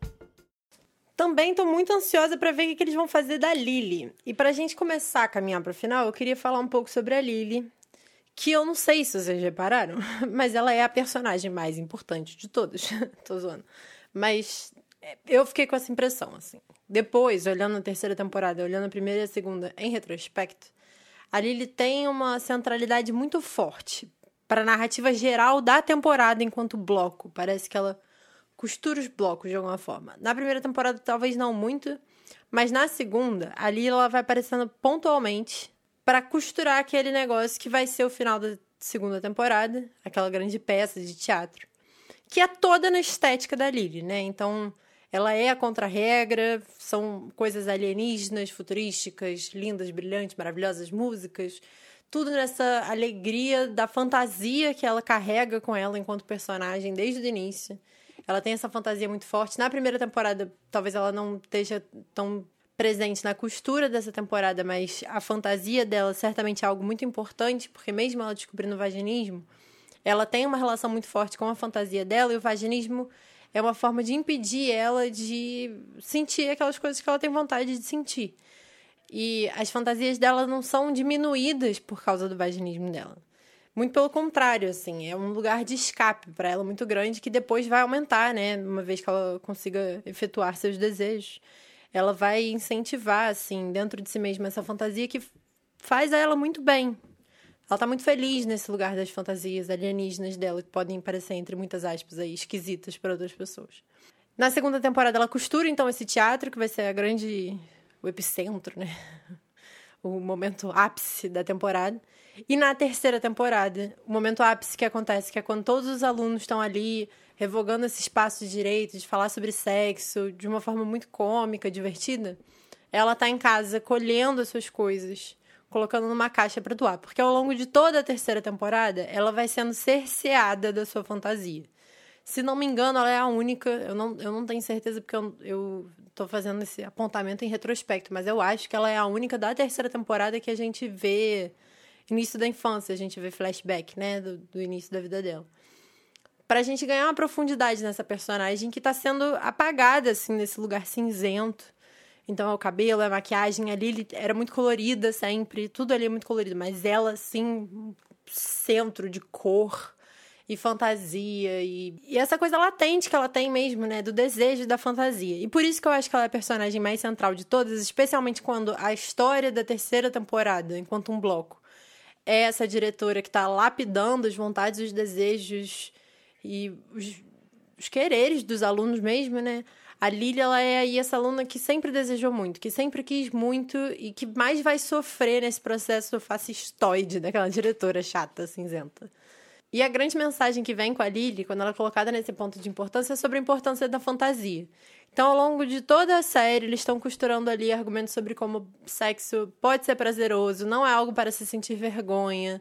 Também tô muito ansiosa pra ver o que eles vão fazer da Lily. E pra gente começar a caminhar pro final, eu queria falar um pouco sobre a Lily, que eu não sei se vocês repararam, mas ela é a personagem mais importante de todos. Tô zoando. Mas eu fiquei com essa impressão, assim. Depois, olhando a 3ª temporada, olhando a 1ª e a 2ª em retrospecto, a Lily tem uma centralidade muito forte para a narrativa geral da temporada enquanto bloco. Parece que ela costura os blocos de alguma forma. Na 1ª temporada, talvez não muito, mas na 2ª, a Lily ela vai aparecendo pontualmente para costurar aquele negócio que vai ser o final da 2ª temporada, aquela grande peça de teatro, que é toda na estética da Lily, né? Então, ela é a contra-regra, são coisas alienígenas, futurísticas, lindas, brilhantes, maravilhosas músicas, tudo nessa alegria da fantasia que ela carrega com ela enquanto personagem desde o início. Ela tem essa fantasia muito forte. Na 1ª temporada, talvez ela não esteja tão presente na costura dessa temporada, mas a fantasia dela certamente é algo muito importante, porque mesmo ela descobrindo o vaginismo, ela tem uma relação muito forte com a fantasia dela, e o vaginismo é uma forma de impedir ela de sentir aquelas coisas que ela tem vontade de sentir. E as fantasias dela não são diminuídas por causa do vaginismo dela. Muito pelo contrário, assim, é um lugar de escape para ela muito grande que depois vai aumentar, né? Uma vez que ela consiga efetuar seus desejos. Ela vai incentivar, assim, dentro de si mesma essa fantasia que faz a ela muito bem. Ela tá muito feliz nesse lugar das fantasias alienígenas dela, que podem parecer, entre muitas aspas, aí, esquisitas para outras pessoas. Na 2ª temporada, ela costura, então, esse teatro, que vai ser o epicentro, né? O momento ápice da temporada. E na 3ª temporada, o momento ápice que acontece, que é quando todos os alunos estão ali revogando esse espaço de direito, de falar sobre sexo, de uma forma muito cômica, divertida, ela tá em casa colhendo as suas coisas, colocando numa caixa para doar. Porque ao longo de toda a 3ª temporada, ela vai sendo cerceada da sua fantasia. Se não me engano, ela é a única, eu não tenho certeza porque eu tô fazendo esse apontamento em retrospecto, mas eu acho que ela é a única da 3ª temporada que a gente vê início da infância, a gente vê flashback, né, do início da vida dela. Pra gente ganhar uma profundidade nessa personagem que tá sendo apagada, assim, nesse lugar cinzento. Então, é o cabelo, a maquiagem, a Lily era muito colorida sempre, tudo ali é muito colorido, mas ela, assim, centro de cor e fantasia e essa coisa latente que ela tem mesmo, né, do desejo da fantasia. E por isso que eu acho que ela é a personagem mais central de todas, especialmente quando a história da 3ª temporada, enquanto um bloco, é essa diretora que tá lapidando as vontades, os desejos e os quereres dos alunos mesmo, né? A Lily, ela é aí essa aluna que sempre desejou muito, que sempre quis muito e que mais vai sofrer nesse processo fascistoide daquela diretora chata, cinzenta. E a grande mensagem que vem com a Lily, quando ela é colocada nesse ponto de importância, é sobre a importância da fantasia. Então, ao longo de toda a série, eles estão costurando ali argumentos sobre como sexo pode ser prazeroso, não é algo para se sentir vergonha.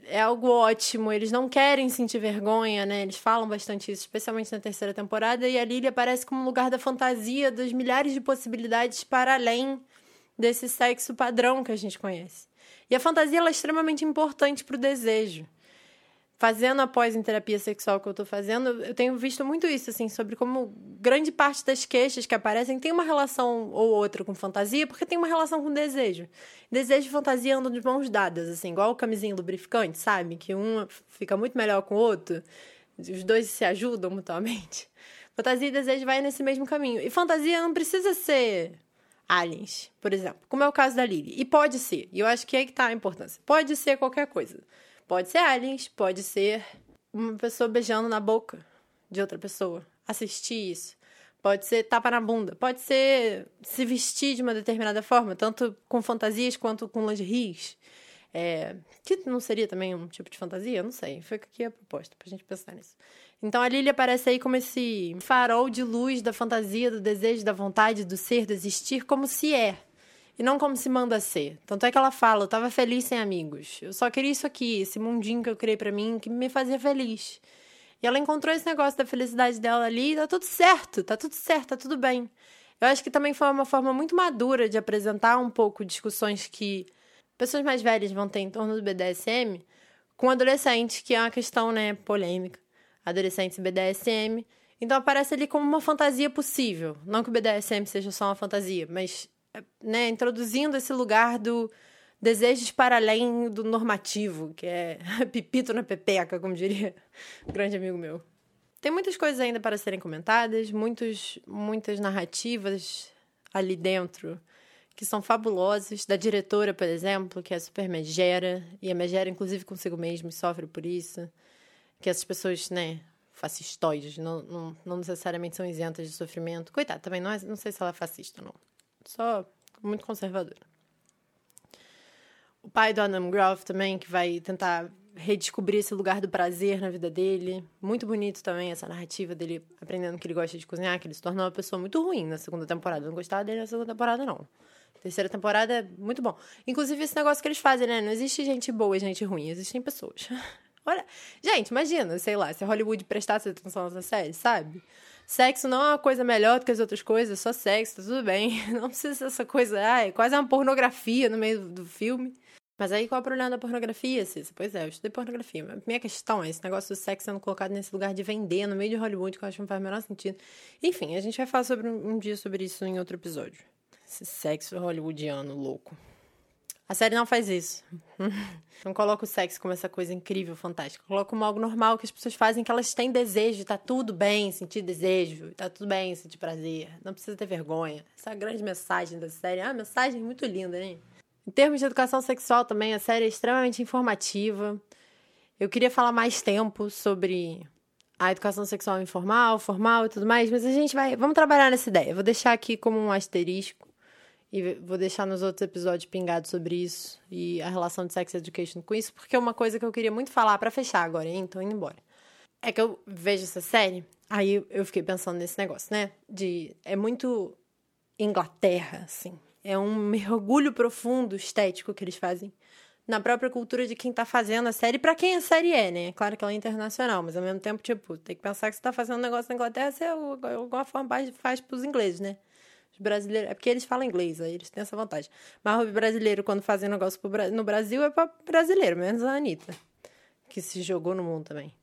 é algo ótimo, eles não querem sentir vergonha, né? Eles falam bastante isso, especialmente na terceira temporada, e a Lily aparece como um lugar da fantasia, das milhares de possibilidades para além desse sexo padrão que a gente conhece. E a fantasia, ela é extremamente importante para o desejo. Fazendo após em terapia sexual que eu tô fazendo, eu tenho visto muito isso, assim, sobre como grande parte das queixas que aparecem tem uma relação ou outra com fantasia, porque tem uma relação com desejo. Desejo e fantasia andam de mãos dadas, assim, igual o camisinha lubrificante, sabe? Que um fica muito melhor com o outro, os dois se ajudam mutuamente. Fantasia e desejo vai nesse mesmo caminho. E fantasia não precisa ser aliens, por exemplo, como é o caso da Lily. E pode ser, e eu acho que é aí que tá a importância. Pode ser qualquer coisa. Pode ser aliens, pode ser uma pessoa beijando na boca de outra pessoa. Assistir isso. Pode ser tapa na bunda. Pode ser se vestir de uma determinada forma, tanto com fantasias quanto com lingeries. Que não seria também um tipo de fantasia? Não sei. Foi aqui a proposta, pra gente pensar nisso. Então a Lily aparece aí como esse farol de luz da fantasia, do desejo, da vontade, do ser, do existir, como se é. E não como se manda ser. Tanto é que ela fala, eu tava feliz sem amigos. Eu só queria isso aqui, esse mundinho que eu criei pra mim, que me fazia feliz. E ela encontrou esse negócio da felicidade dela ali e tá tudo certo, tá tudo bem. Eu acho que também foi uma forma muito madura de apresentar um pouco discussões que pessoas mais velhas vão ter em torno do BDSM com adolescentes, que é uma questão, né, polêmica. Adolescentes e BDSM. Então aparece ali como uma fantasia possível. Não que o BDSM seja só uma fantasia, mas... né, introduzindo esse lugar do desejos para além do normativo, que é pipito na pepeca, como diria um grande amigo meu. Tem muitas coisas ainda para serem comentadas, muitas narrativas ali dentro que são fabulosas, da diretora, por exemplo, que é super megera, e é megera inclusive consigo mesma e sofre por isso, que essas pessoas, né, fascistoides, não necessariamente são isentas de sofrimento. Coitada, também não sei se ela é fascista ou não. Só muito conservadora. O pai do Adam Groff também, que vai tentar redescobrir esse lugar do prazer na vida dele. Muito bonito também essa narrativa dele aprendendo que ele gosta de cozinhar, que ele se tornou uma pessoa muito ruim na segunda temporada. Eu não gostava dele na segunda temporada, não. Terceira temporada é muito bom. Inclusive esse negócio que eles fazem, né? Não existe gente boa e gente ruim, existem pessoas. Olha, gente, imagina, sei lá, se Hollywood prestasse atenção nessa série, sabe? Sexo não é uma coisa melhor do que as outras coisas, só sexo, tá tudo bem. Não precisa ser essa coisa, quase uma pornografia no meio do filme. Mas aí qual é o problema da pornografia, Cissa? Pois é, eu estudei pornografia. Mas minha questão é esse negócio do sexo sendo colocado nesse lugar de vender no meio de Hollywood, que eu acho que não faz o menor sentido. Enfim, a gente vai falar um dia sobre isso em outro episódio. Esse sexo hollywoodiano louco. A série não faz isso. Não coloca o sexo como essa coisa incrível, fantástica. Coloca como algo normal que as pessoas fazem, que elas têm desejo. Tá tudo bem sentir desejo. Tá tudo bem sentir prazer. Não precisa ter vergonha. Essa é a grande mensagem da série. Uma mensagem muito linda, né? Em termos de educação sexual também, a série é extremamente informativa. Eu queria falar mais tempo sobre a educação sexual informal, formal e tudo mais, mas vamos trabalhar nessa ideia. Vou deixar aqui como um asterisco. E vou deixar nos outros episódios pingados sobre isso e a relação de sex education com isso, porque é uma coisa que eu queria muito falar pra fechar agora, hein? Tô indo embora. É que eu vejo essa série, aí eu fiquei pensando nesse negócio, né? É muito Inglaterra, assim. É um mergulho profundo estético que eles fazem na própria cultura de quem tá fazendo a série, pra quem a série é, né? Claro que ela é internacional, mas ao mesmo tempo, tipo, tem que pensar que você tá fazendo um negócio na Inglaterra, você de alguma forma faz pros ingleses, né? Brasileiro, é porque eles falam inglês, aí eles têm essa vantagem. Mas o brasileiro, quando fazem negócio no Brasil, é pra brasileiro, menos a Anitta, que se jogou no mundo também.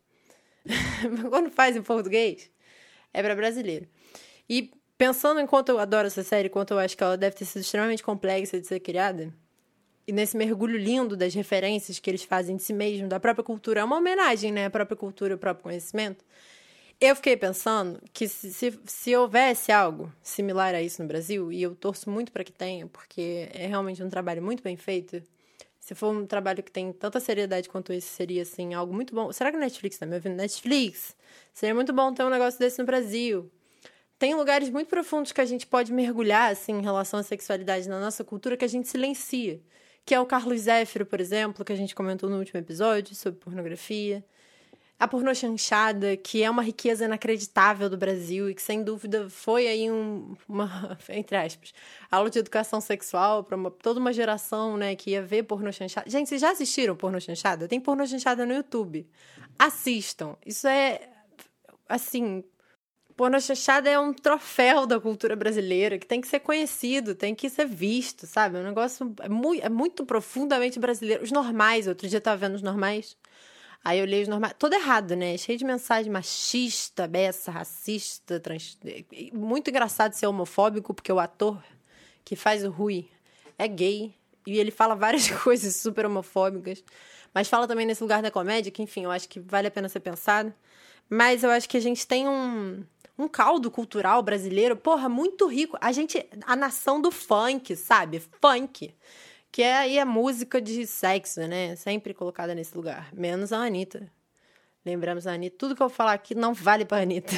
Quando faz em português, é pra brasileiro. E pensando em quanto eu adoro essa série, quanto eu acho que ela deve ter sido extremamente complexa de ser criada, e nesse mergulho lindo das referências que eles fazem de si mesmo, da própria cultura, é uma homenagem, né? À própria cultura e ao próprio conhecimento. Eu fiquei pensando que se houvesse algo similar a isso no Brasil, e eu torço muito para que tenha, porque é realmente um trabalho muito bem feito, se for um trabalho que tem tanta seriedade quanto esse, seria, assim, algo muito bom. Será que a Netflix tá me ouvindo? Netflix! Seria muito bom ter um negócio desse no Brasil. Tem lugares muito profundos que a gente pode mergulhar, assim, em relação à sexualidade na nossa cultura, que a gente silencia. Que é o Carlos Zéfiro, por exemplo, que a gente comentou no último episódio, sobre pornografia. a pornô chanchada, que é uma riqueza inacreditável do Brasil e que, sem dúvida, foi aí uma, entre aspas, aula de educação sexual para toda uma geração, né, que ia ver pornô chanchada. Gente, vocês já assistiram pornô chanchada? Tem pornô chanchada no YouTube. Assistam. Isso é, assim... Pornô chanchada é um troféu da cultura brasileira que tem que ser conhecido, tem que ser visto, sabe? É um negócio muito profundamente brasileiro. Os normais, outro dia eu tava vendo os normais, aí eu li os normais, todo errado, né? Cheio de mensagem machista, beça, racista, muito engraçado ser homofóbico, porque o ator que faz o Rui é gay e ele fala várias coisas super homofóbicas, mas fala também nesse lugar da comédia, que enfim, eu acho que vale a pena ser pensado. Mas eu acho que a gente tem um caldo cultural brasileiro, porra, muito rico. A nação do funk, sabe? Funk. Que é aí a música de sexo, né? Sempre colocada nesse lugar. Menos a Anitta. Lembramos a Anitta. Tudo que eu falar aqui não vale pra Anitta.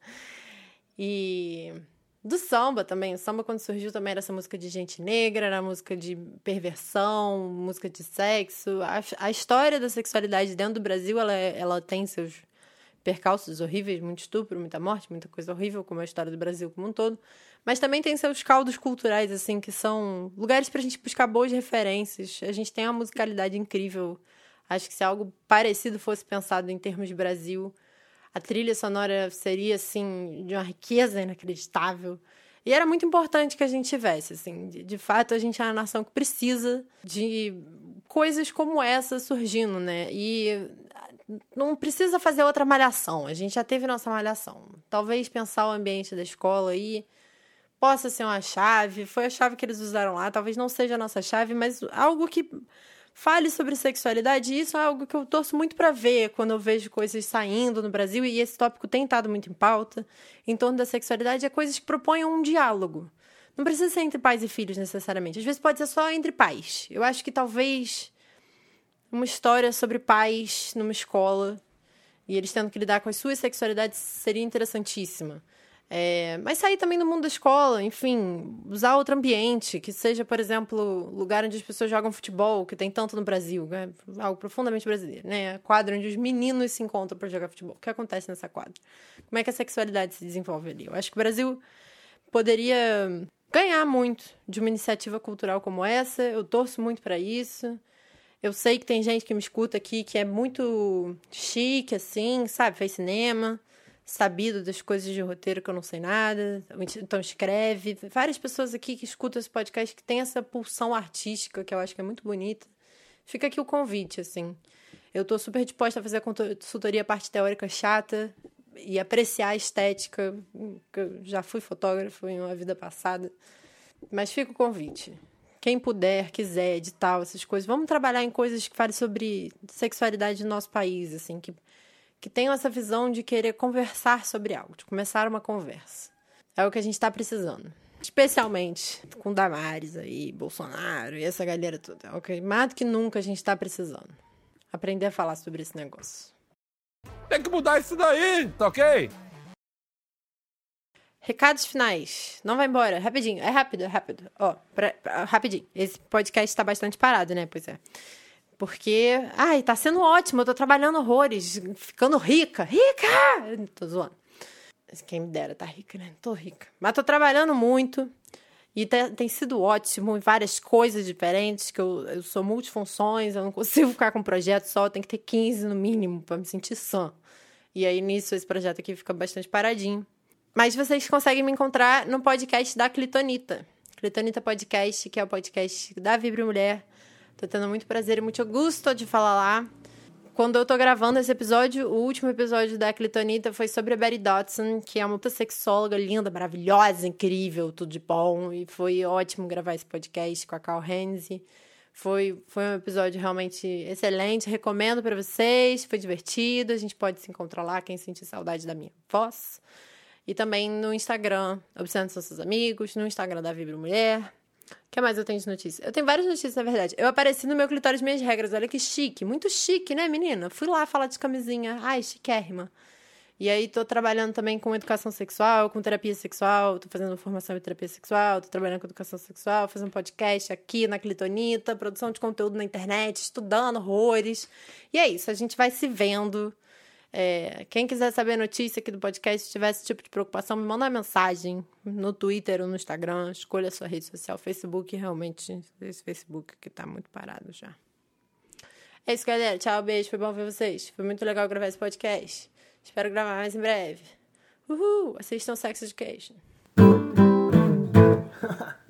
E do samba também. O samba, quando surgiu, também era essa música de gente negra, era música de perversão, música de sexo. A história da sexualidade dentro do Brasil, ela tem seus percalços horríveis, muito estupro, muita morte, muita coisa horrível, como a história do Brasil como um todo. Mas também tem seus caldos culturais, assim, que são lugares pra gente buscar boas referências. A gente tem uma musicalidade incrível. Acho que se algo parecido fosse pensado em termos de Brasil, a trilha sonora seria, assim, de uma riqueza inacreditável. E era muito importante que a gente tivesse, assim. De fato, a gente é uma nação que precisa de coisas como essa surgindo, né? E não precisa fazer outra malhação. A gente já teve nossa malhação. Talvez pensar o ambiente da escola aí possa ser uma chave. Foi a chave que eles usaram lá. Talvez não seja a nossa chave, mas algo que fale sobre sexualidade. E isso é algo que eu torço muito para ver quando eu vejo coisas saindo no Brasil. E esse tópico tem estado muito em pauta. Em torno da sexualidade, é coisas que proponham um diálogo. Não precisa ser entre pais e filhos, necessariamente. Às vezes pode ser só entre pais. Eu acho que talvez uma história sobre pais numa escola e eles tendo que lidar com as suas sexualidades seria interessantíssima. Mas sair também do mundo da escola, enfim, usar outro ambiente, que seja, por exemplo, lugar onde as pessoas jogam futebol, que tem tanto no Brasil, né? Algo profundamente brasileiro, né? A quadra onde os meninos se encontram para jogar futebol. O que acontece nessa quadra? Como é que a sexualidade se desenvolve ali? Eu acho que o Brasil poderia ganhar muito de uma iniciativa cultural como essa. Eu torço muito para isso. Eu sei que tem gente que me escuta aqui que é muito chique, assim, sabe? Fez cinema, sabido das coisas de roteiro que eu não sei nada, então escreve. Várias pessoas aqui que escutam esse podcast que tem essa pulsão artística, que eu acho que é muito bonita. Fica aqui o convite, assim. Eu tô super disposta a fazer a consultoria parte teórica chata e apreciar a estética, que eu já fui fotógrafo em uma vida passada. Mas fica o convite. Quem puder, quiser, edital, essas coisas. Vamos trabalhar em coisas que falem sobre sexualidade do nosso país, assim, que tenham essa visão de querer conversar sobre algo, de começar uma conversa. É o que a gente está precisando. Especialmente com Damares aí, Bolsonaro e essa galera toda. É o que mais do que nunca a gente está precisando. Aprender a falar sobre esse negócio. Tem que mudar isso daí, tá ok? Recados finais. Não vai embora. Rapidinho. É rápido. Ó, rapidinho. Esse podcast tá bastante parado, né? Pois é. Porque... Ai, tá sendo ótimo. Eu tô trabalhando horrores. Ficando rica. Rica! Tô zoando. Quem me dera tá rica, né? Tô rica. Mas tô trabalhando muito. E tem sido ótimo em várias coisas diferentes. Que eu sou multifunções. Eu não consigo ficar com um projeto só. Eu tenho que ter 15 no mínimo pra me sentir sã. E aí, nisso, esse projeto aqui fica bastante paradinho. Mas vocês conseguem me encontrar no podcast da Clitonita. Clitonita Podcast, que é o podcast da Vibre Mulher. Tô tendo muito prazer e muito gosto de falar lá. Quando eu tô gravando esse episódio, o último episódio da Clitonita foi sobre a Betty Dodson, que é uma sexóloga linda, maravilhosa, incrível, tudo de bom. E foi ótimo gravar esse podcast com a Carl Henze. Foi um episódio realmente excelente. Recomendo pra vocês. Foi divertido. A gente pode se encontrar lá, quem sentir saudade da minha voz. E também no Instagram, Obsceno São Seus Amigos, no Instagram da Vibre Mulher. O que mais eu tenho de notícia? Eu tenho várias notícias, na verdade. Eu apareci no meu Clitóris Minhas Regras. Olha que chique. Muito chique, né, menina? Fui lá falar de camisinha. Ai, chiquérrima. E aí tô trabalhando também com educação sexual, com terapia sexual. Tô fazendo formação em terapia sexual. Tô trabalhando com educação sexual. Fazendo podcast aqui na Clitonita. Produção de conteúdo na internet. Estudando horrores. E é isso. A gente vai se vendo. Quem quiser saber notícia aqui do podcast, se tiver esse tipo de preocupação, me manda uma mensagem no Twitter ou no Instagram. Escolha a sua rede social. Facebook, realmente, esse Facebook aqui tá muito parado já. É isso, galera. Tchau, beijo. Foi bom ver vocês. Foi muito legal gravar esse podcast. Espero gravar mais em breve. Uhul! Assistam Sex Education.